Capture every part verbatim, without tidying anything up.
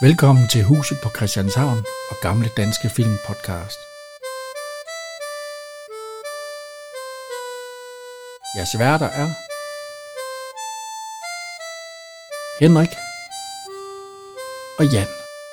Velkommen til Huset på Christianshavn og Gamle Danske Film Podcast. Jeres værter er Henrik og Jan.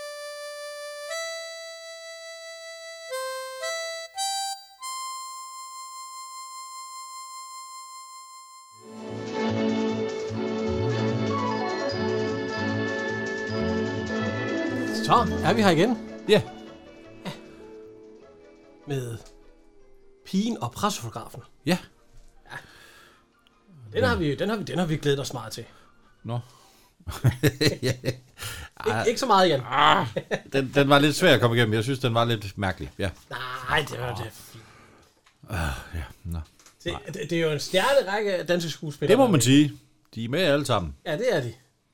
Så er vi her igen. Ja. ja. Med pigen og pressefotografen. Ja. ja. Den har vi, den har vi, den har vi glædet os meget til. Nå. ja. Ik- ikke så meget, Jan. Ah, den, den var lidt svær at komme igennem. Jeg synes, den var lidt mærkelig. Ja. Nej, det var det. Uh, ja. Nå. Det, det, det er jo en stjernerække af danske skuespillere. Det må man sige. De er med alle sammen. Ja, det er de.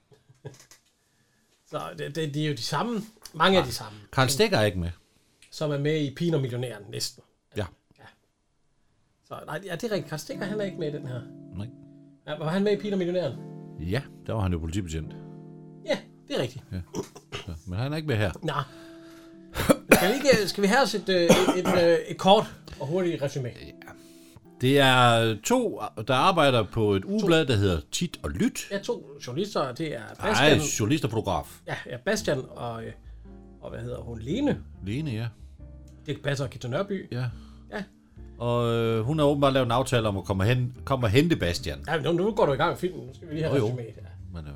Så det, det, de er jo de samme. Mange ja. af de samme. Karl Stikker er ikke med. Som er med i Pigen og Millionæren næsten. Ja. ja. Så nej, ja, det er rigtigt. Karl Stikker, han er ikke med i den her. Nej. Ja, var han med i Pigen og Millionæren? Ja, der var han jo politibetjent. Ja, det er rigtigt. Ja. Ja, men han er ikke med her. Nej. Skal vi, ikke, skal vi have os et, et, et, et, et kort og hurtigt resumé? Ja. Det er to, der arbejder på et ugeblad, der hedder Tit og Lyt. Ja, to journalister. Det er Bastian. Nej, journalist og fotograf. Ja, ja, Bastian og, og hvad hedder hun? Lene. Lene, ja. Det passer Gita Nørby. Ja. Ja. Og øh, hun har åbenbart lavet en aftale om at komme, hen, komme og hente Bastian. Ja, nu, nu går du i gang med filmen. Nu skal vi lige have resumé. Ja. Men,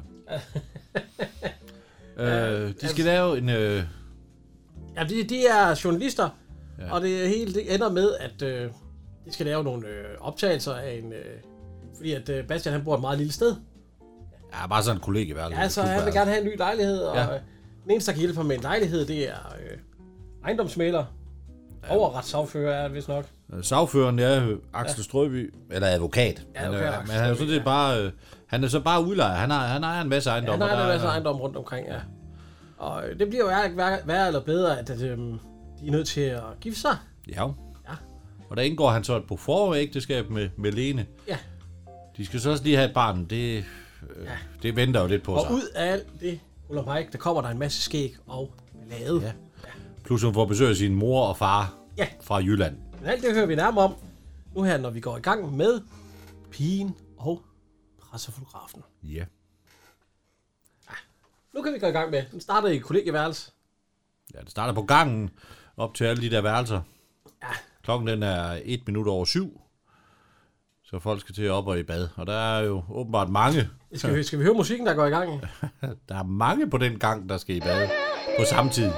øh. øh, de skal lave en... Øh... Ja, de, de er journalister, ja. og det hele det ender med, at øh, de skal lave nogle øh, optagelser af en... Øh, fordi at øh, Bastian, han bor et meget lille sted. Ja, bare sådan en kollegeværelse. Ja, så han vil gerne have en ny lejlighed, og ja. øh, den eneste, der kan hjælpe ham med en lejlighed, det er øh, ejendomsmægler. Ja. Overretssagfører er det vist nok. Sagføreren er Axel ja. Strøby, eller advokat. Ja, han, advokat, øh, men han er, sådan, det bare, øh, han er så bare udlejer. Han har, han har en masse ejendom. Ja, han har en masse er, ejendom rundt omkring, ja. Og øh, det bliver jo ikke værre, værre eller bedre, at, at øh, de er nødt til at gifte sig. Ja. ja. Og der indgår han så et på forægteskab med, med Lene. Ja. De skal så også lige have et barn. Det, øh, ja. det venter jo lidt på og sig. Og ud af alt det, Ulla Mike, der kommer der en masse skæg og lade. Ja. Ja. Plus hun får besøg af sin mor og far ja. fra Jylland. Men alt det hører vi nærmere om nu her, når vi går i gang med pigen og pressefotografen. Ja. ja. Nu kan vi gå i gang med. Den starter i kollegieværelse. Ja, det starter på gangen op til alle de der værelser. Ja. Klokken den er et minut over syv. Så folk skal til op og i bad. Og der er jo åbenbart mange. Skal vi, skal vi høre musikken, der går i gang? Der er mange på den gang, der skal i bad på samme tid.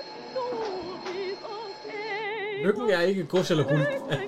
Lykken er ikke gods eller guld.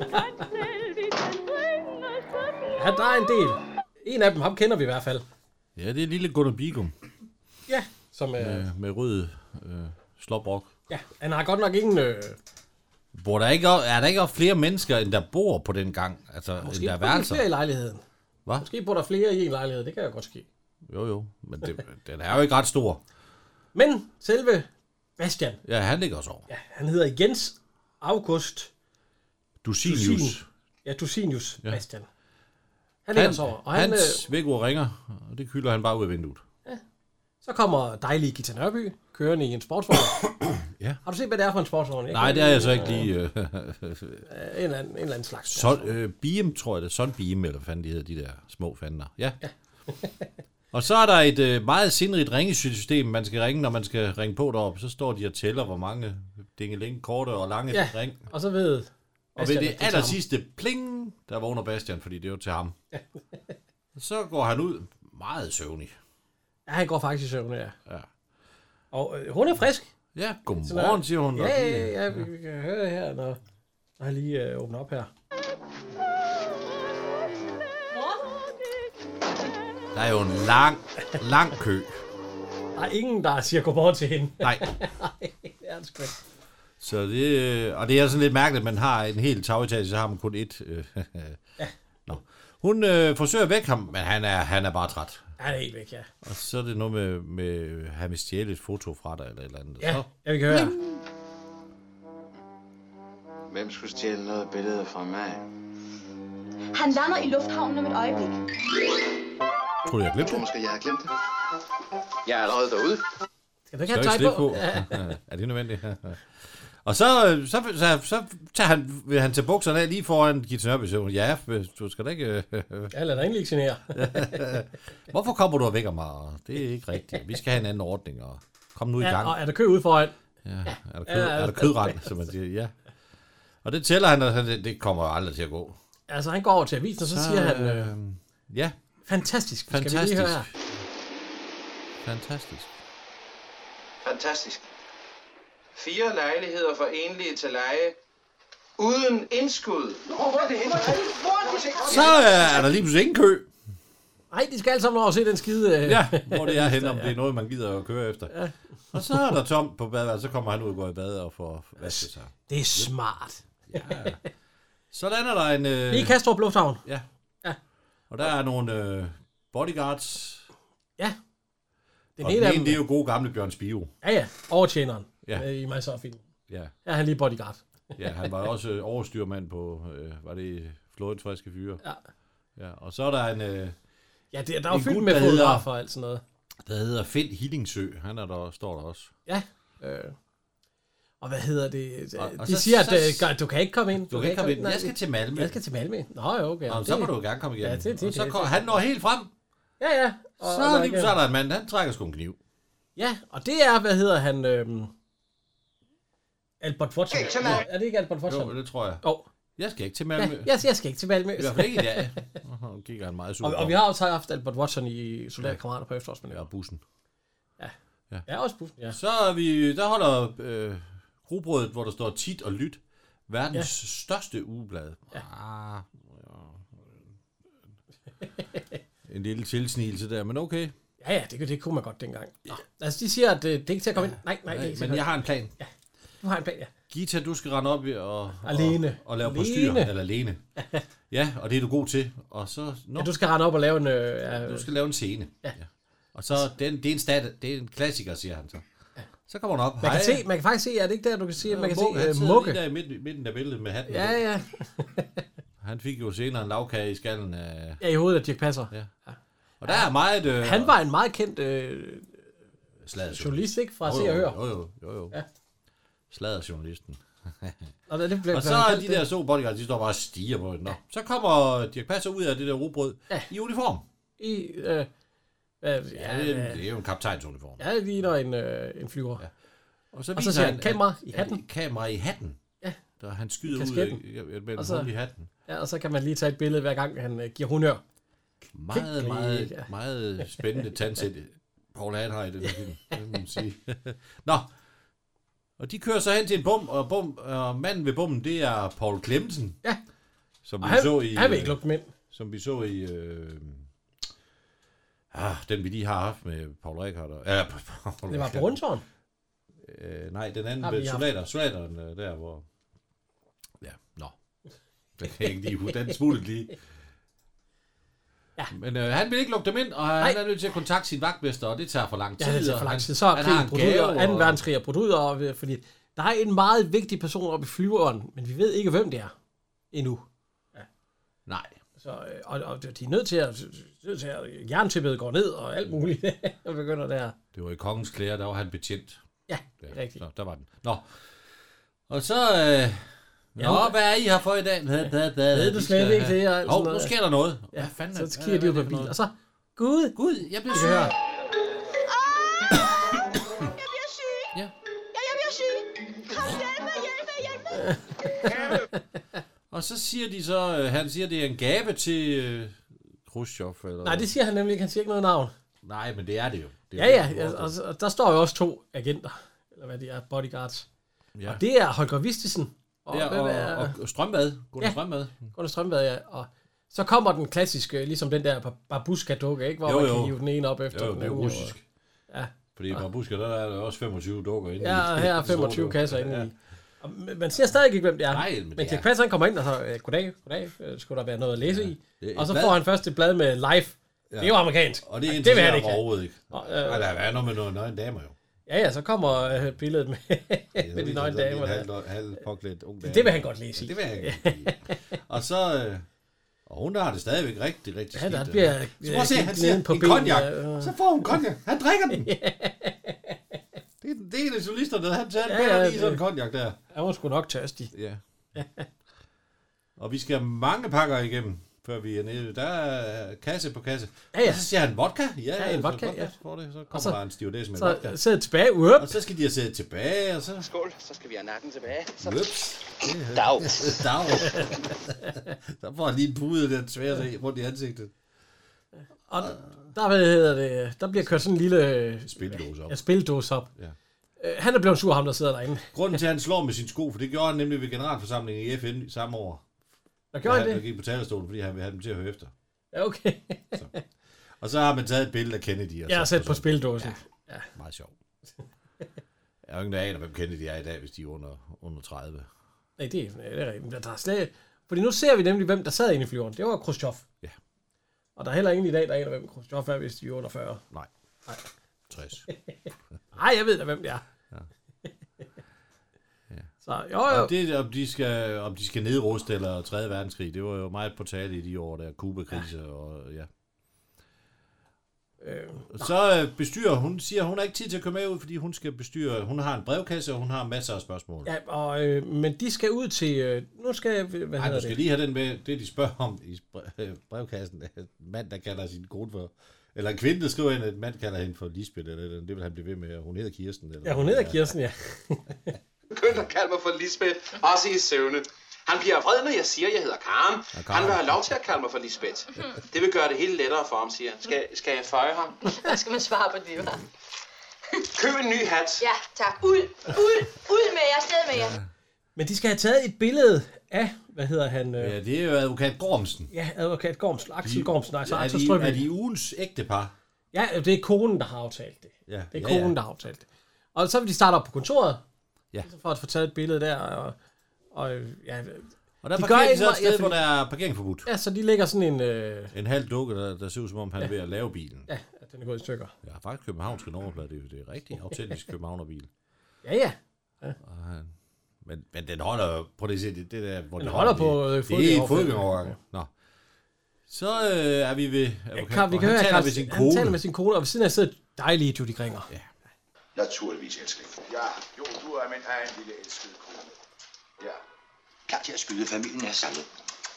Ja, der er en del. En af dem, ham kender vi i hvert fald. Ja, det er lille Gunnar Bigum. Ja, som med, øh... med rød øh, slåbrok. Ja, han har godt nok ingen... Øh... Bor der ikke, er der ikke også flere mennesker, end der bor på den gang? Altså, Måske end der bor der flere i lejligheden. Hvad? Måske bor der flere i en lejlighed, det kan jo godt ske. Jo, jo, men det, den er jo ikke ret stor. Men selve Bastian... Ja, han ligger også over. Ja, han hedder Jens August Dusinius. Dusin. Ja, Dusinius ja. Bastian. Han, han ligger så over. Og han, hans øh... vækord ringer, og det kylder han bare ud af vinduet. Ja. Så kommer dejlige Gita Nørby kørende i en sportsvogn. Ja. Har du set, hvad det er for en sportsvogn? Nej, det er jeg så ikke lige... Øh... en, eller anden, en eller anden slags. Så, øh, Beam, tror jeg det er. Sådan Beam, eller hvad fanden de hedder, de der små fandner. Ja. ja. Og så er der et øh, meget sindrigt ringesystem, man skal ringe, når man skal ringe på deroppe. Så står de og tæller, hvor mange dingeling, korte og lange ja. ring. Og så ved Bastian, og ved det, det aller sidste pling, der vågner Bastian, fordi det er jo til ham. Ja. Så går han ud meget søvnig. Ja, han går faktisk i søvn, ja. ja. Og øh, hun er frisk. Ja, godmorgen, siger hun. Ja, ja, ja, ja, vi kan høre det her, når, når han lige øh, åbner op her. Der er jo en lang, lang kø. Der er ingen, der siger godmorgen til hende. Nej. Nej, det er det sgu ikke. Så det, og det er sådan lidt mærkeligt, at man har en hel tagetage, så har man kun ét. ja. Nå. Hun øh, forsøger væk ham, men han er, han er bare træt. Han er helt væk, ja. Og så er det noget med, med han vil stjæle et foto fra dig, eller et eller andet. Ja, så. ja, vi kan høre. Hvem skulle stjæle noget billede fra mig? Han lander i lufthavnen om et øjeblik. Tror du, jeg har glemt det? Måske jeg har glemt det. Jeg er allerede derude. Skal du ikke Skal have du ikke tøj på? på? Ja. Er det nødvendigt? Og så, så, så, så tager han, vil han tage bukserne af lige foran Gita Nørby, så ja, du skal da ikke... Ja, lad dig endelig ikke genere. Hvorfor kommer du væk af mig? Det er ikke rigtigt. Vi skal have en anden ordning, og kom nu i gang. Ja, og er der kø ude foran? Ja, er der, kød, er der kødrand, som man siger, ja. Og det tæller han, at det, det kommer aldrig til at gå. Altså, han går over til avisen, og så, så siger han... Øh, ja. Fantastisk. Fantastisk. Skal vi lige høre her? Fantastisk. Fantastisk. Fire lejligheder for enlige til leje. Uden indskud. Så er der lige pludselig ingen kø. Nej, de skal alle sammen over og se den skide... Øh, ja, hvor det er hen, om det er noget, man gider at køre efter. Ja. Og så er der tomt på badet, så kommer han ud og går i bad og får vasket sig. Det er smart. Ja. Så lander der en... Øh, I Kastrup Lufthavn. Ja. Ja. Og der er nogle øh, bodyguards. Ja. Den og ene, den ene, det er jo gode gamle Bjørn Spiro. Ja, ja. Overtjeneren. Ja. I mig så film. Ja. Ja, han er lige bodyguard. Ja, han var også overstyrmand på, øh, var det Flådens Friske Fyre. Ja. Ja. Og så er der en... Øh, ja, det, der er jo fyldt med fotografer og alt sådan noget. Der hedder Finn Hillingsø. Han er der, står der også. Ja. Øh. Og hvad hedder det? Og, og de så, siger, så, at du kan ikke komme ind. Du, du kan ikke komme ind. ind. Jeg skal til Malmø. Jeg skal til Malmø. Nå, jo, okay. Nå, det, så må du gerne komme igennem. Ja, det, det, og så det, kom, det, han når helt frem. Ja, ja. Og, så, og lige, så er der en mand, han trækker sgu en kniv. Ja, og det er, hvad hedder han? Øhm, Albert Watson. Ja, er det ikke Albert Watson? Jo, det tror jeg. Oh. Jeg skal ikke til Malmø. Ja, jeg, jeg skal ikke til Malmø. I hvert fald ikke i dag. Nu kigger han meget sur. Og, og vi har også haft Albert Watson i Soldaterkammerater på efterårsmødet. Ja, bussen. Ja. Ja, ja også bussen, ja. Så er vi, der holder øh, rugbrødet, hvor der står tit og lyt. Verdens ja. største ugeblad. Ja. Ah, ja. En lille tilsnigelse der, men okay. Ja, ja, det, det kunne man godt dengang. Nå, altså, de siger, at det, det er ikke til at komme ja. ind. Nej, nej, nej det er men jeg har en plan. Ja, du har en plan, ja. Gita, du skal rende op og, alene. og, og lave på styr. Eller alene. Ja, og det er du god til. Og så, no. Ja, du skal rende op og lave en... Øh, ja, du skal lave en scene. Ja. Ja. Og så, den, det, er en stat, det er en klassiker, siger han så. Ja. Så kommer han op. Man kan, se, man kan faktisk se, er det ikke der, du kan se, at man kan Mugge, se uh, Mugge? Han der i midten, midten af billedet med hatten. Ja, ja. Han fik jo senere en lavkage i skallen af... Ja, i hovedet af Dirch Passer. Ja. Ja. Og der ja. er meget... Øh, han var en meget kendt øh, journalist, ikke? Fra jo, Se og Hør. Jo, jo, jo. jo. Ja. Sladerjournalisten. og, det blev, og så er de der så bodyguards, de står bare og stiger på den. Ja. Så kommer Dirch Passer ud af det der rugbrød ja. i uniform. I... Øh, ja, ja, det, er, det er jo en kaptajnsuniform. Ja, det ligner en, øh, en flyver. Ja. Og så, og så siger han, kamera i hatten. Ja, kamera i hatten. Ja. Der han skyder ud med en hul i hatten. Ja, og så kan man lige tage et billede, hver gang han uh, giver honør. Meget, Klik, meget, ja. meget spændende tandsæt. Paul Hahn har i den her film, det må man sige. Nå, og de kører så hen til en bum, og, bum, og manden ved bummen, det er Paul Clemmensen. Ja. Som vi han, så i... Han vil ikke lukke dem ind. Som vi så i... Øh, ah, den vi lige har haft med Paul Rickard. Og, ja, Paul det var på Rundtårn? Øh, nej, den anden med soldater. Soldaterne der, hvor... Ja, nå. Den kan jeg ikke lige huske. Den smuttede lige. Ja. Men øh, han vil ikke lukke dem ind, og Nej. han er nødt til at kontakte sin vagtmester, og det tager for lang tid. Ja, det tager for lang tid. Så er krigen brudt ud, og anden verdenskrig er brudt ud, og, fordi der er en meget vigtig person oppe i flyveren, men vi ved ikke, hvem det er endnu. Ja. Nej. Så, og, og de er nødt til at, nødt til at jerntæppet går ned, og alt muligt, og begynder der. Det var i Kongens Klæder, der var han betjent. Ja, det er rigtigt. Så, der var den. Nå. Og så... Øh, Nå, ja, hvad er I her for i dag? Hvad ved du slet ikke det? Åh, oh, nu sker der noget. Ja, hvad fanden så kigger de ud på bilen, og så... Gud! Gud, jeg bliver syg. Jeg bliver syg. Ja. Ja, jeg bliver syg. Kom, hjælp mig, hjælp mig, hjælp mig. Og så siger de så... Han siger, det er en gave til uh, Khrushchev. Eller Nej, det siger han nemlig ikke. Han siger ikke noget navn. Nej, men det er det jo. Det ja, ja. ja og, og der står jo også to agenter. Eller hvad de er, bodyguards. Ja. Og det er Holger Vistisen. Og, ja, og, er... og, og Strømbad. Gunnar ja, Strømbad. Gunnar Strømbad, ja. Og så kommer den klassiske, ligesom den der Babushka-dukke, ikke? Hvor jo, man kan hive den ene op efter jo, den anden. Jo, det er russisk. Og... Ja. Fordi i Babushka, der er der også femogtyve dukker inde. Ja, og her er femogtyve kasser inde ja. i. Og man siger stadig ikke, hvem det er. Nej, men, men Dirch Passer, han kommer ind og så, goddag, goddag, skulle der være noget at læse ja. i? Det, og så blad. får han først et blad med live. Ja. Det er jo amerikansk. Og det er det vil han ikke overhovedet ikke. Og, øh, Nej, der er noget med nogle nøgne damer jo. Ja, ja, så kommer øh, billedet med, ja, med de nøgne damer. Halv, halv påklædt ung dame. Det vil han godt læse i. Det vil han godt Og så... Øh, og hun der har det stadigvæk rigtig, rigtig skidt. Ja, der skidt. bliver... Så prøv at se, han siger en konjak. Så får hun konjak. Han drikker den. det er en af solisterne, han tager Ja, ja, ja, lige det- sådan en konjak der. Han var sgu nok tørstig. Ja. Og vi skal have mange pakker igennem, før vi er nede. Der er kasse på kasse. Ja, ja. Og så siger han vodka. Ja, Ja, en så vodka, ja. får det. Så kommer så- der en stewardess med vodka. Så sidder tilbage. Uop. Og så skal de have siddet tilbage, og så... Skål, så skal vi have nakken tilbage. Så... Ups. Dag. Dag. Så får han lige en pude, der tværer sig rundt i ansigtet. Og der, hvad hedder det, der bliver kørt sådan en lille Spildåse op. ja, spildåse op. Ja. Øh, Han er blevet sur, ham der sidder derinde. Grunden til, at han slår med sin sko, for det gjorde han nemlig ved generalforsamlingen i F N samme år. Hvad gjorde han han der det? gik på talerstolen, fordi han ville have dem til at høre efter. Ja, okay. Og så har man taget et billede af Kennedy. Og Jeg har så- sat og på så- spildåsen. Ja, meget sjovt. Jeg har jo ingen aner, hvem Kennedy er i dag, hvis de er under, under tredive. Nej, det er, det er rigtigt. Der er slet, fordi nu ser vi nemlig, hvem der sad inde i flyveren. Det var Khrushchev. Ja. Og der er heller ingen i dag, der aner, hvem Khrushchev er, hvis de er under fyrre. Nej. Nej. tres. Nej, jeg ved da, hvem det er. Ja. Ja. Så, jo, jo. Og det, om de skal, om de skal nedruste eller tredje verdenskrig, det var jo meget på tale i de år der, Kuba-krise ja. og ja. Øh, Så øh, bestyrer, hun siger, hun har ikke tid til at komme med ud, fordi hun skal bestyre, hun har en brevkasse, og hun har masser af spørgsmål. ja, og, øh, men de skal ud til, øh, nu skal, hvad Nej, hedder du skal det? lige have den med, det de spørger om i brev- brevkassen, en mand, der kalder sin kone for, eller en kvinde, der skriver ind, at en mand kalder hende for Lisbeth, eller det vil han blive ved med, og hun hedder Kirsten. Eller Ja, hun hedder Kirsten, ja. Begynd at kalde mig for Lisbeth, også i søvne. Han bliver vred, når jeg siger, at jeg hedder Karen. Ja, Karen. Han vil have lov til at kalde mig for Lisbeth. Det vil gøre det hele lettere for ham, siger han. Skal, skal jeg føje ham? Hvad skal man svare på det, hva'? Køb en ny hat. Ja, tak. Ud, ud, ud med jer, sted med jer. Men de skal have taget et billede af, hvad hedder han? Øh, Ja, det er jo advokat Gormsen. ja, advokat Gormsen, Axel Gormsen, altså er, Axel de, Strøby. er de ugens ægtepar? Ja, det er konen, der har aftalt det. Ja, Det er ja, konen, ja. der har aftalt det. Og så vil de starte op på kontoret, Ja. for at få taget et billede der, og, og ja, Og der De de gør parkerer de ikke så et meget- sted, ja, hvor fordi- der er parkeringsforbud. ja, så de lægger sådan en, øh, En halv dukke, der, der ser ud som om, han er ved at lave bilen. ja, at den er gået i stykker. Jeg har faktisk københavnske nummerplade, det er jo det er rigtig autentisk københavnerbil. Ja, ja. Og han, men, men den holder jo, prøv lige at se, det, det der, hvor Den de holder på, øh, det, det er en fodgængerovergang. fodgængerovergang. Nå. Så øh, er vi ved Ja, advokat, Karl, vi og kan han høre, taler Karl, med sin han kone. taler med sin kone, og ved siden af sidder dejlige Judy Gringer. Ja. Naturligvis, elskling. Ja, jo, du er min egen lille elskede kone. Ja. Klar til at skyde, familien er samlet.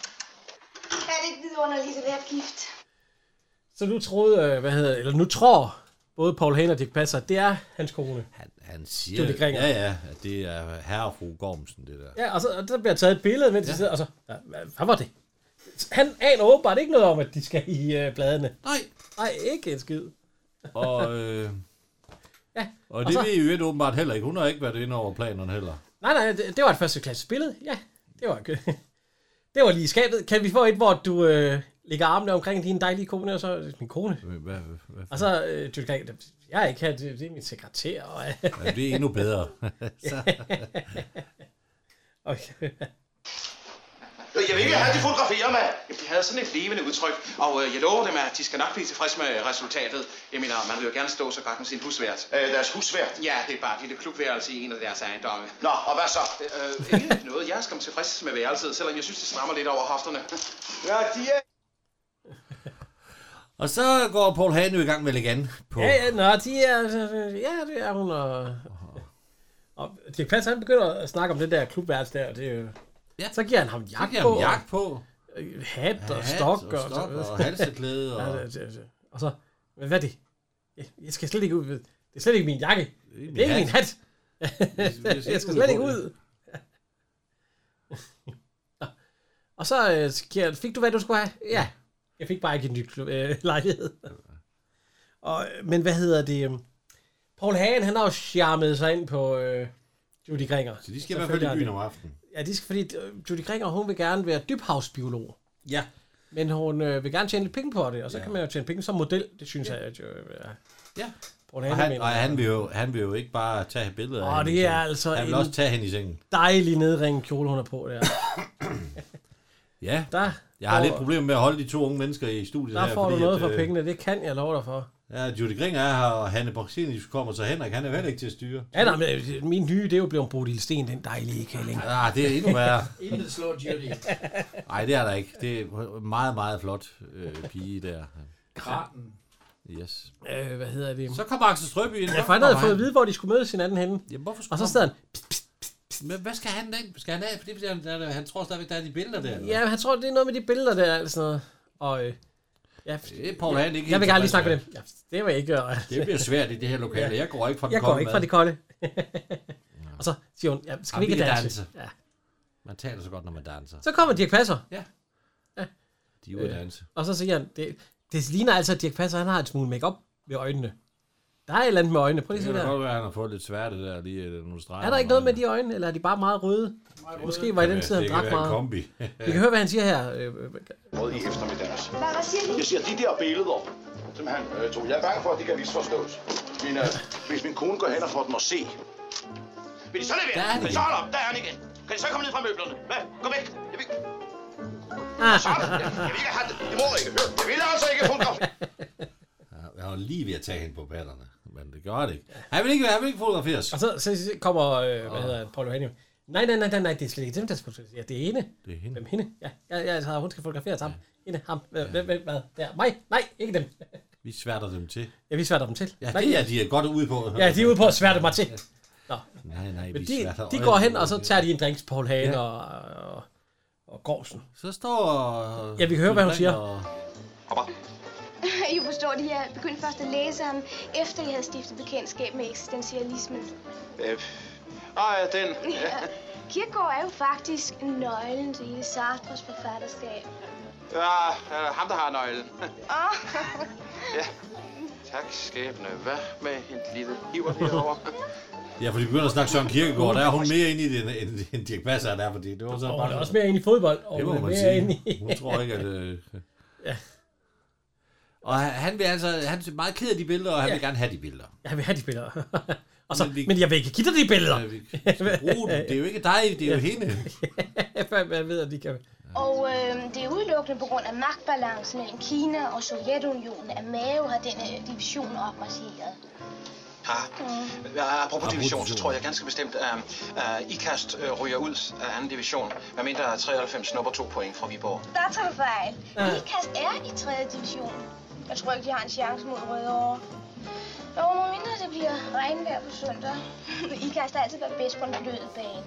Er det ikke vidunderligt at være gift? Så nu troede, øh, hvad hedder, eller nu tror både Paul Hagen og Dirch Passer, det er hans kone. Han, han siger, Judy Gringer. ja, ja, at det er herre og fru Gormsen, det der. Ja, og så og der bliver taget et billede, mens ja. de sidder, og så, ja, hvad, hvad var det? Han aner åbenbart ikke noget om, at de skal i øh, bladene. Nej. Nej, ikke en skid. Og, øh, Ja, og og det så- ved I jo åbenbart heller ikke. Hun har ikke været inde over planerne heller. Nej, nej, det, det var et første klasse billede. Ja, det var det var lige i skabet. Kan vi få et, hvor du øh, lægger armene omkring din dejlige kone, og så min kone? Hvad, hvad, hvad, Og så, øh, Judy Gringer, jeg er ikke her, det, det er min sekretær. Og, ja, det er endnu bedre. Så, okay. Jeg vil ikke have, de fotograferer mig. Jamen, de havde sådan et levende udtryk, og øh, jeg lover dem, at de skal nok blive tilfreds med resultatet. Jeg mener, man vil jo gerne stå så godt med sin husvært. Øh, deres husvært. Ja, det er bare et lille klubværelse i en af deres ejendomme. Nå, og hvad så? Øh, ikke noget. Jeg er skam tilfreds med værelset, selvom jeg synes, det strammer lidt over hofterne. Ja, de er... og så går Paul Hagen jo i gang med at lægge an på... Ja, ja, nå, de er, ja, det er hun, og, og Dirch Passer, han begynder at snakke om det der klubværelse der, og det er jo, Ja. så giver han ham Så jakke giver på, ham jakke på. og hat og Hat stok, og, og, stok så, og halseklæde. Ja, Og, det, det, det. Og så, men hvad er det? Jeg, jeg skal slet ikke ud. Det er slet ikke min jakke. Det er ikke min hat. Jeg skal slet ikke ud. Og så øh, giver- fik du, hvad du skulle have? Ja. Jeg fik bare ikke en ny klub, øh, lejlighed. Og, øh, men hvad hedder det? øh, Paul Hagen, han har jo charmet sig ind på øh, Judy Gringer. Så de skal i hvert fald i byen om aftenen. Ja, de skal, fordi øh, Judy Gringer, hun vil gerne være dybhavsbiolog. Ja. Men hun øh, vil gerne tjene lidt penge på det, og så Ja. ja. kan man jo tjene penge som model. Det synes jeg, at jo, øh, Ja. Paul Og Hagen han, mener. og han, vil jo, han vil jo ikke bare tage billeder af Åh, hende det i er sengen. altså Han vil en- også tage hende i sengen. Dejlig nedringen kjole, hun er på der. Ja. Der, Jeg har får- lidt problemer med at holde de to unge mennesker i studiet der her. får du fordi noget at, for øh, pengene, det kan jeg love dig for. Ja, Judy Gringer er her, og Hanne Boxenius kommer, så Henrik, han er heller ikke til at styre. Ja, nej, men øh, min nye, det er jo blevet Bodil Sten, den dejlige kælling. Ah, det er endnu værre. Intet slår Judy. Nej, det er der ikke. Det er en meget, meget flot øh, pige der. Kranen. Yes. Øh, hvad hedder det? Så kommer Axel Strøby ind. Ja, for han havde fået at vide, hvor de skulle mødes hinanden henne. Jamen, hvorfor og så stod han... Men hvad skal han den? Skal han af? Fordi han, der, han tror stadigvæk, der er de billeder der. Eller? Ja, han tror, det er noget med de billeder der, eller sådan noget. Og... Øh, ja, det er Paul Hagen ikke. Jeg vil gerne lige snakke med dem. Ja, det var ikke... Øh, det bliver svært i det her lokale. Jeg går ikke fra den jeg kolde. Jeg går ikke fra det kolde. Og så siger hun, ja, skal vi ikke danse? danse? Ja. Man taler så godt, når man danser. Så kommer Dirch Passer. Ja. Ja. De er ude at danse. Og så siger han, det, det ligner altså, at Dirch Passer, han har et smule make-up ved øjnene. Der er et eller andet med øjnene. Prøv lige at se der. Det kan godt være, at han har fået lidt svært det der lige nogle streger. Er der ikke noget med de øjne, eller er de bare meget røde? Meget Måske var i den tid, han drak meget. Kombi. Vi kan høre, hvad han siger her. Rød i eftermiddags. Hvad, hvad siger du? Jeg siger, de der billeder, som han øh, tog. Jeg er bange for, at de kan misforstås. Min, øh, hvis min kone går hen og får dem at se. Vil de så levere? Der er han, så hold op, der er han igen. Kan de så komme ned fra møblerne? Hvad? Gå væk. Jeg vil... Så er det. Jeg, jeg vil ikke have det. Det må jeg ikke. Hør. Jeg vil altså ikke fotografere. Jeg var lige ved at tage hende på patterne, men det gør det ikke. Han vil ikke, han vil ikke fotograferes. Og så, så kommer, øh, hvad hedder det, Paul Johanne. Nej, nej, nej, nej, nej, det er slet ikke dem, der skal fotograferes. Ja, det er hende. Det er hende. Hvem hende? Ja, ja, ja altså, hun skal fotograferes ham. Hende, ham. Hvem, hvem, hvad? Der. Mig? Nej, ikke dem. Vi sværter dem til. Ja, vi sværter dem til. Ja, det er de er godt ude på. Ja, de er ude på at sværte mig til. Nå. Nej, nej, vi Men de, sværter. de går hen, og så tager de en drinks, Paul Hagen ja. og, og, og Gorsen. Så står... Ja, vi kan høre, hvad hun siger. Og... I forstår, at jeg begyndte først at læse ham, efter jeg havde stiftet bekendtskab med eksistentialismen. Øh, ej, den. Ja. Kierkegaard er jo faktisk nøglen til hele Sartres forfatterskab. Ja, ham der har nøglen. Oh. Ja, tak skæbne. Hvad med en lille hiver herovre? Ja, for de begynder at snakke Søren Kierkegaard, der er hun mere inde i det, end, end Dirch Passer er der, fordi det var så og bare... hun er også mere inde i fodbold. Og det må man mere sige. Inde i... Hun tror ikke, at... Øh... ja. Og han vil altså, han er meget ked af de billeder, og han ja. vil gerne have de billeder. Ja, han vil have de billeder. og så, men, vi, men jeg vil ikke give dig de billeder. Ja, vi skal bruge dem. Det er jo ikke dig, det er jo hende. Hvad ved at de kan... Og øh, det er udelukkende på grund af magtbalancen mellem Kina og Sovjetunionen, at Mao har denne division opmarcheret. Ja. Mm. Apropos division, så tror jeg ganske bestemt, at uh, IKAST uh, ryger ud af anden division, med mindre treoghalvfems snupper to point fra Viborg. Der tager du fejl. Ja. IKAST er i tredje division. Jeg tror ikke, de har en chance mod Rødovre. Og må mindre det bliver regnvejr på søndag. IKAST har altid været bedst på en blød bane.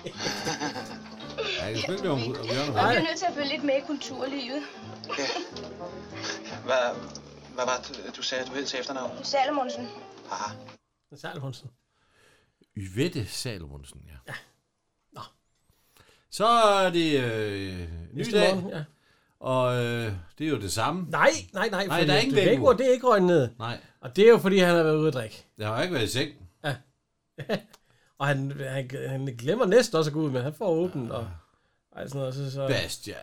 Ja, jeg kan ikke, om vi Man bliver nødt til at følge lidt med i kulturlivet. Ja. Hvad, hvad var det, du sagde, du hed til efternavn? Salomonsen. Aha. Salomonsen. Yvette Salomonsen, ja. Ja. Nå. Så er det øh, ny dag, morgen, ja. og øh, det er jo det samme. Nej, nej, nej. Nej, der er ingen vækkeur. Det er ikke røgnet ned. Nej. Og det er jo, fordi han har været ude at drikke. Jeg har ikke været i seng. Ja. og han, han, han glemmer næsten også at gå ud, men han får åbent ja. og, og sådan noget. Så, så... Bastian.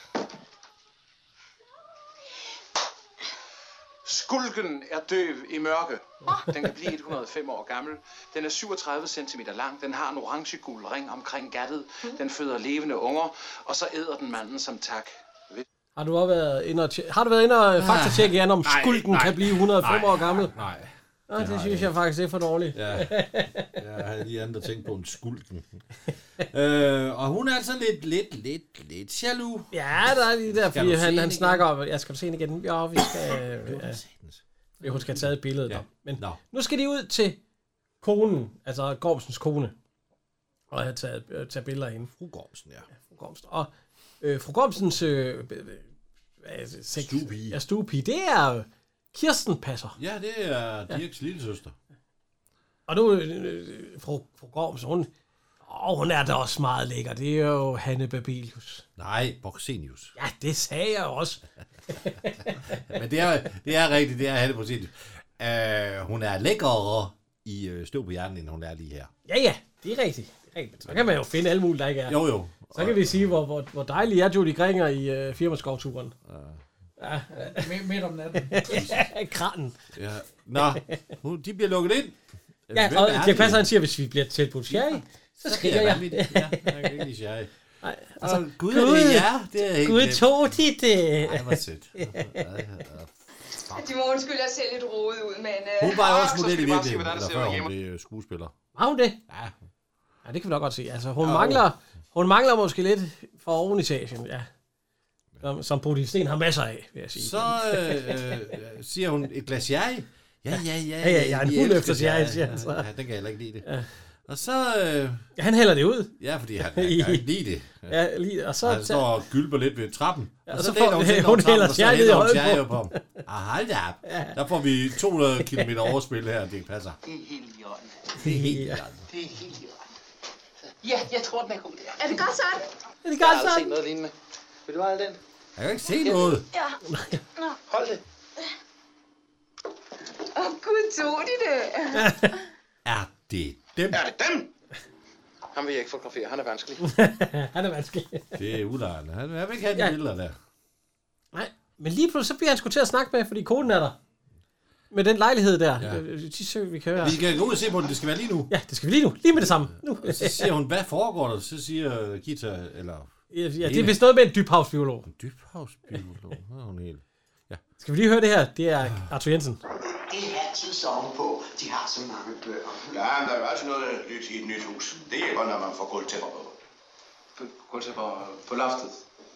Skulken er døv i mørke. Den kan blive et hundrede og fem år gammel. Den er syvogtredive centimeter lang. Den har en orange-gul ring omkring gattet. Den føder levende unger, og så æder den manden som tak. Har du også været inde og, tje- har du været inde og faktatjekke igen, om nej, skulken nej, kan blive et hundrede og fem nej, år gammel? Nej. Nej, det, det synes jeg faktisk er for dårligt. Ja, jeg havde lige andet tænkt på en skulken. øh, og hun er altså lidt, lidt, lidt, lidt jaloux. Ja, der er lige der, fordi han, han snakker om, jeg skal du se hende igen? Ja, vi skal, ja, hun skal have taget et billede. Ja. Men no. nu skal de ud til konen, altså Gormsens kone, og have taget, øh, taget billeder af hende. Fru Gormsen, ja. ja fru Gormsen. Og øh, fru Gormsens øh, stuepige. Ja, stuepige, det er Kirsten Passer. Ja, det er Dirks ja. lille søster. Og nu, øh, fru, fru Gormsen, hun, åh, hun er da også meget lækker. Det er jo Hanne Babelius. Nej, Borgsenius. Ja, det sagde jeg også. Men det er, det er rigtigt, det er Hanne Borgsenius. Uh, hun er lækkerere i uh, Støv på hjernen, end hun er lige her. Ja, ja, det er rigtigt. Det er rigtigt. Så kan man jo finde alle mulige, der ikke er. Jo, jo. Så kan vi sige, hvor, hvor, hvor dejlig er Judy Gringer i uh, firmaskovturen. Uh. Ja, midt om natten. ja, kranen. Ja. Nå, de bliver lukket ind. Ja, og det passer, han siger, hvis vi bliver tilbudt sherry, så skriger jeg. Ja, jeg kan ikke lide sherry. Nej, altså, Gud, Gud, er det jer? Det er helt Gud tog de det. Ej, hvor sødt. De må undskylde at se lidt rodet ud, men... Uh... Hun var jo også model i virkeligheden, eller før hun blev skuespiller. Var hun det? Ja. Ja, det kan vi nok godt se. Altså, hun, ja, mangler, hun mangler måske lidt for ovenetagen, ja. Som, som Bodil Sten har masser af, vil jeg sige. Så øh, øh, siger hun et glas jeg. Ja, ja, ja. Ja, ja, jeg er en hund efter jeg, siger han så. Ja, den kan jeg heller ikke lide det. Ja. Og så... Øh, ja, han hælder det ud. Ja, fordi han, han kan ikke lide det. Ja, lige, og så... Og han står og gylper lidt ved trappen. Ja, og, og så, så så får hun, hun, hun hælder trappen, tjej ned i og så højden hænder på hun tjej på ham. Ah, hold da op. Der får vi to hundrede kilometer overspil her, det passer. Det er helt i orden. Det er helt i orden. Det er helt i orden. Ja, jeg tror, den er god der. Er det godt sådan? Er det Jeg har godt aldrig set sådan? noget lignende. Vil du have den? Jeg kan ikke se noget. Ja. Hold det. Åh, oh, gud, tog de det? Er det dem? Er det dem? Ham vil jeg ikke fotografere, han er vanskelig. Han er vanskelig. Det er udlejrende. Han vil ikke have de Ja. billeder der. Nej, men lige pludselig så bliver han sgu til at snakke med, fordi koden er der. Med den lejlighed der. Ja. Ja. De søger, vi kan høre. Vi kan gå ud og se på den, det skal være lige nu. Ja, det skal vi lige nu. Lige med det samme. Nu. Så siger hun, hvad foregår der? Så siger Gita, eller... Ja, det er vist noget med en dybhavsbiolog. En dybhavsbiolog? Det er hun helt... Ja. Skal vi lige høre det her? Det er Arthur Jensen. Det er altid soven på. De har så mange bøger. Ja, men der er jo altid noget nyt i et nyt hus. Det hjælper, når man får gulvtæpper på. Gulvtæpper på loftet.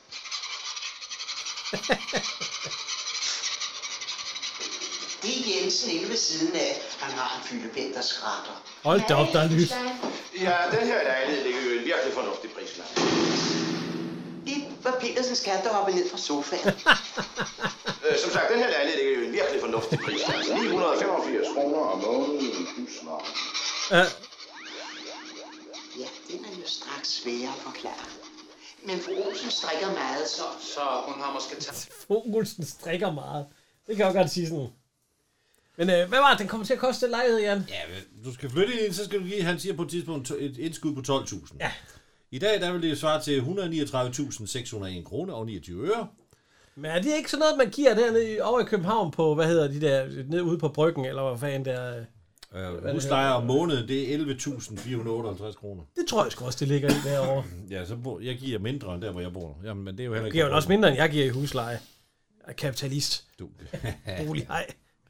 Det er Jensen inde ved siden af. Han har en fyldepind, der skratter. Hold da op, der er lys. Ja, den her lejlighed ligger jo i en virkelig fornuftig prislag. Det var Petersens kat, der hoppede ned fra sofaen. øh, som sagt, den her lejlighed ligger jo i en virkelig fornuftig prislag. ni hundrede og femogfirs kroner om måneden. Husleje. Ja. Ja, den er jo straks sværere at forklare. Men fru Olsen strikker meget, så... Så hun har måske taget... Fru Olsen strikker meget. Det kan jeg godt sige sådan. Men øh, hvad var det, den kommer til at koste den lejlighed, Jan? Ja, men du skal flytte ind, så skal du give, han siger på et tidspunkt, et indskud på tolv tusind. Ja. I dag, der vil det svare til et hundrede og niogtredive tusind seks hundrede og en kroner og niogtyve øre. Men er det ikke sådan noget, man giver dernede over i København på, hvad hedder de der, nede ude på Bryggen, eller hvad fanden der... Øh, huslejer om måneden, det er elleve tusind fire hundrede og otteoghalvtreds kroner. Det tror jeg sgu også, det ligger i derovre. Ja, så bor, jeg giver mindre end der, hvor jeg bor. Jamen, men det er jo heller Du ikke... giver jo også mindre, end jeg giver i husleje. Jeg er kapitalist. Du. Bolighej.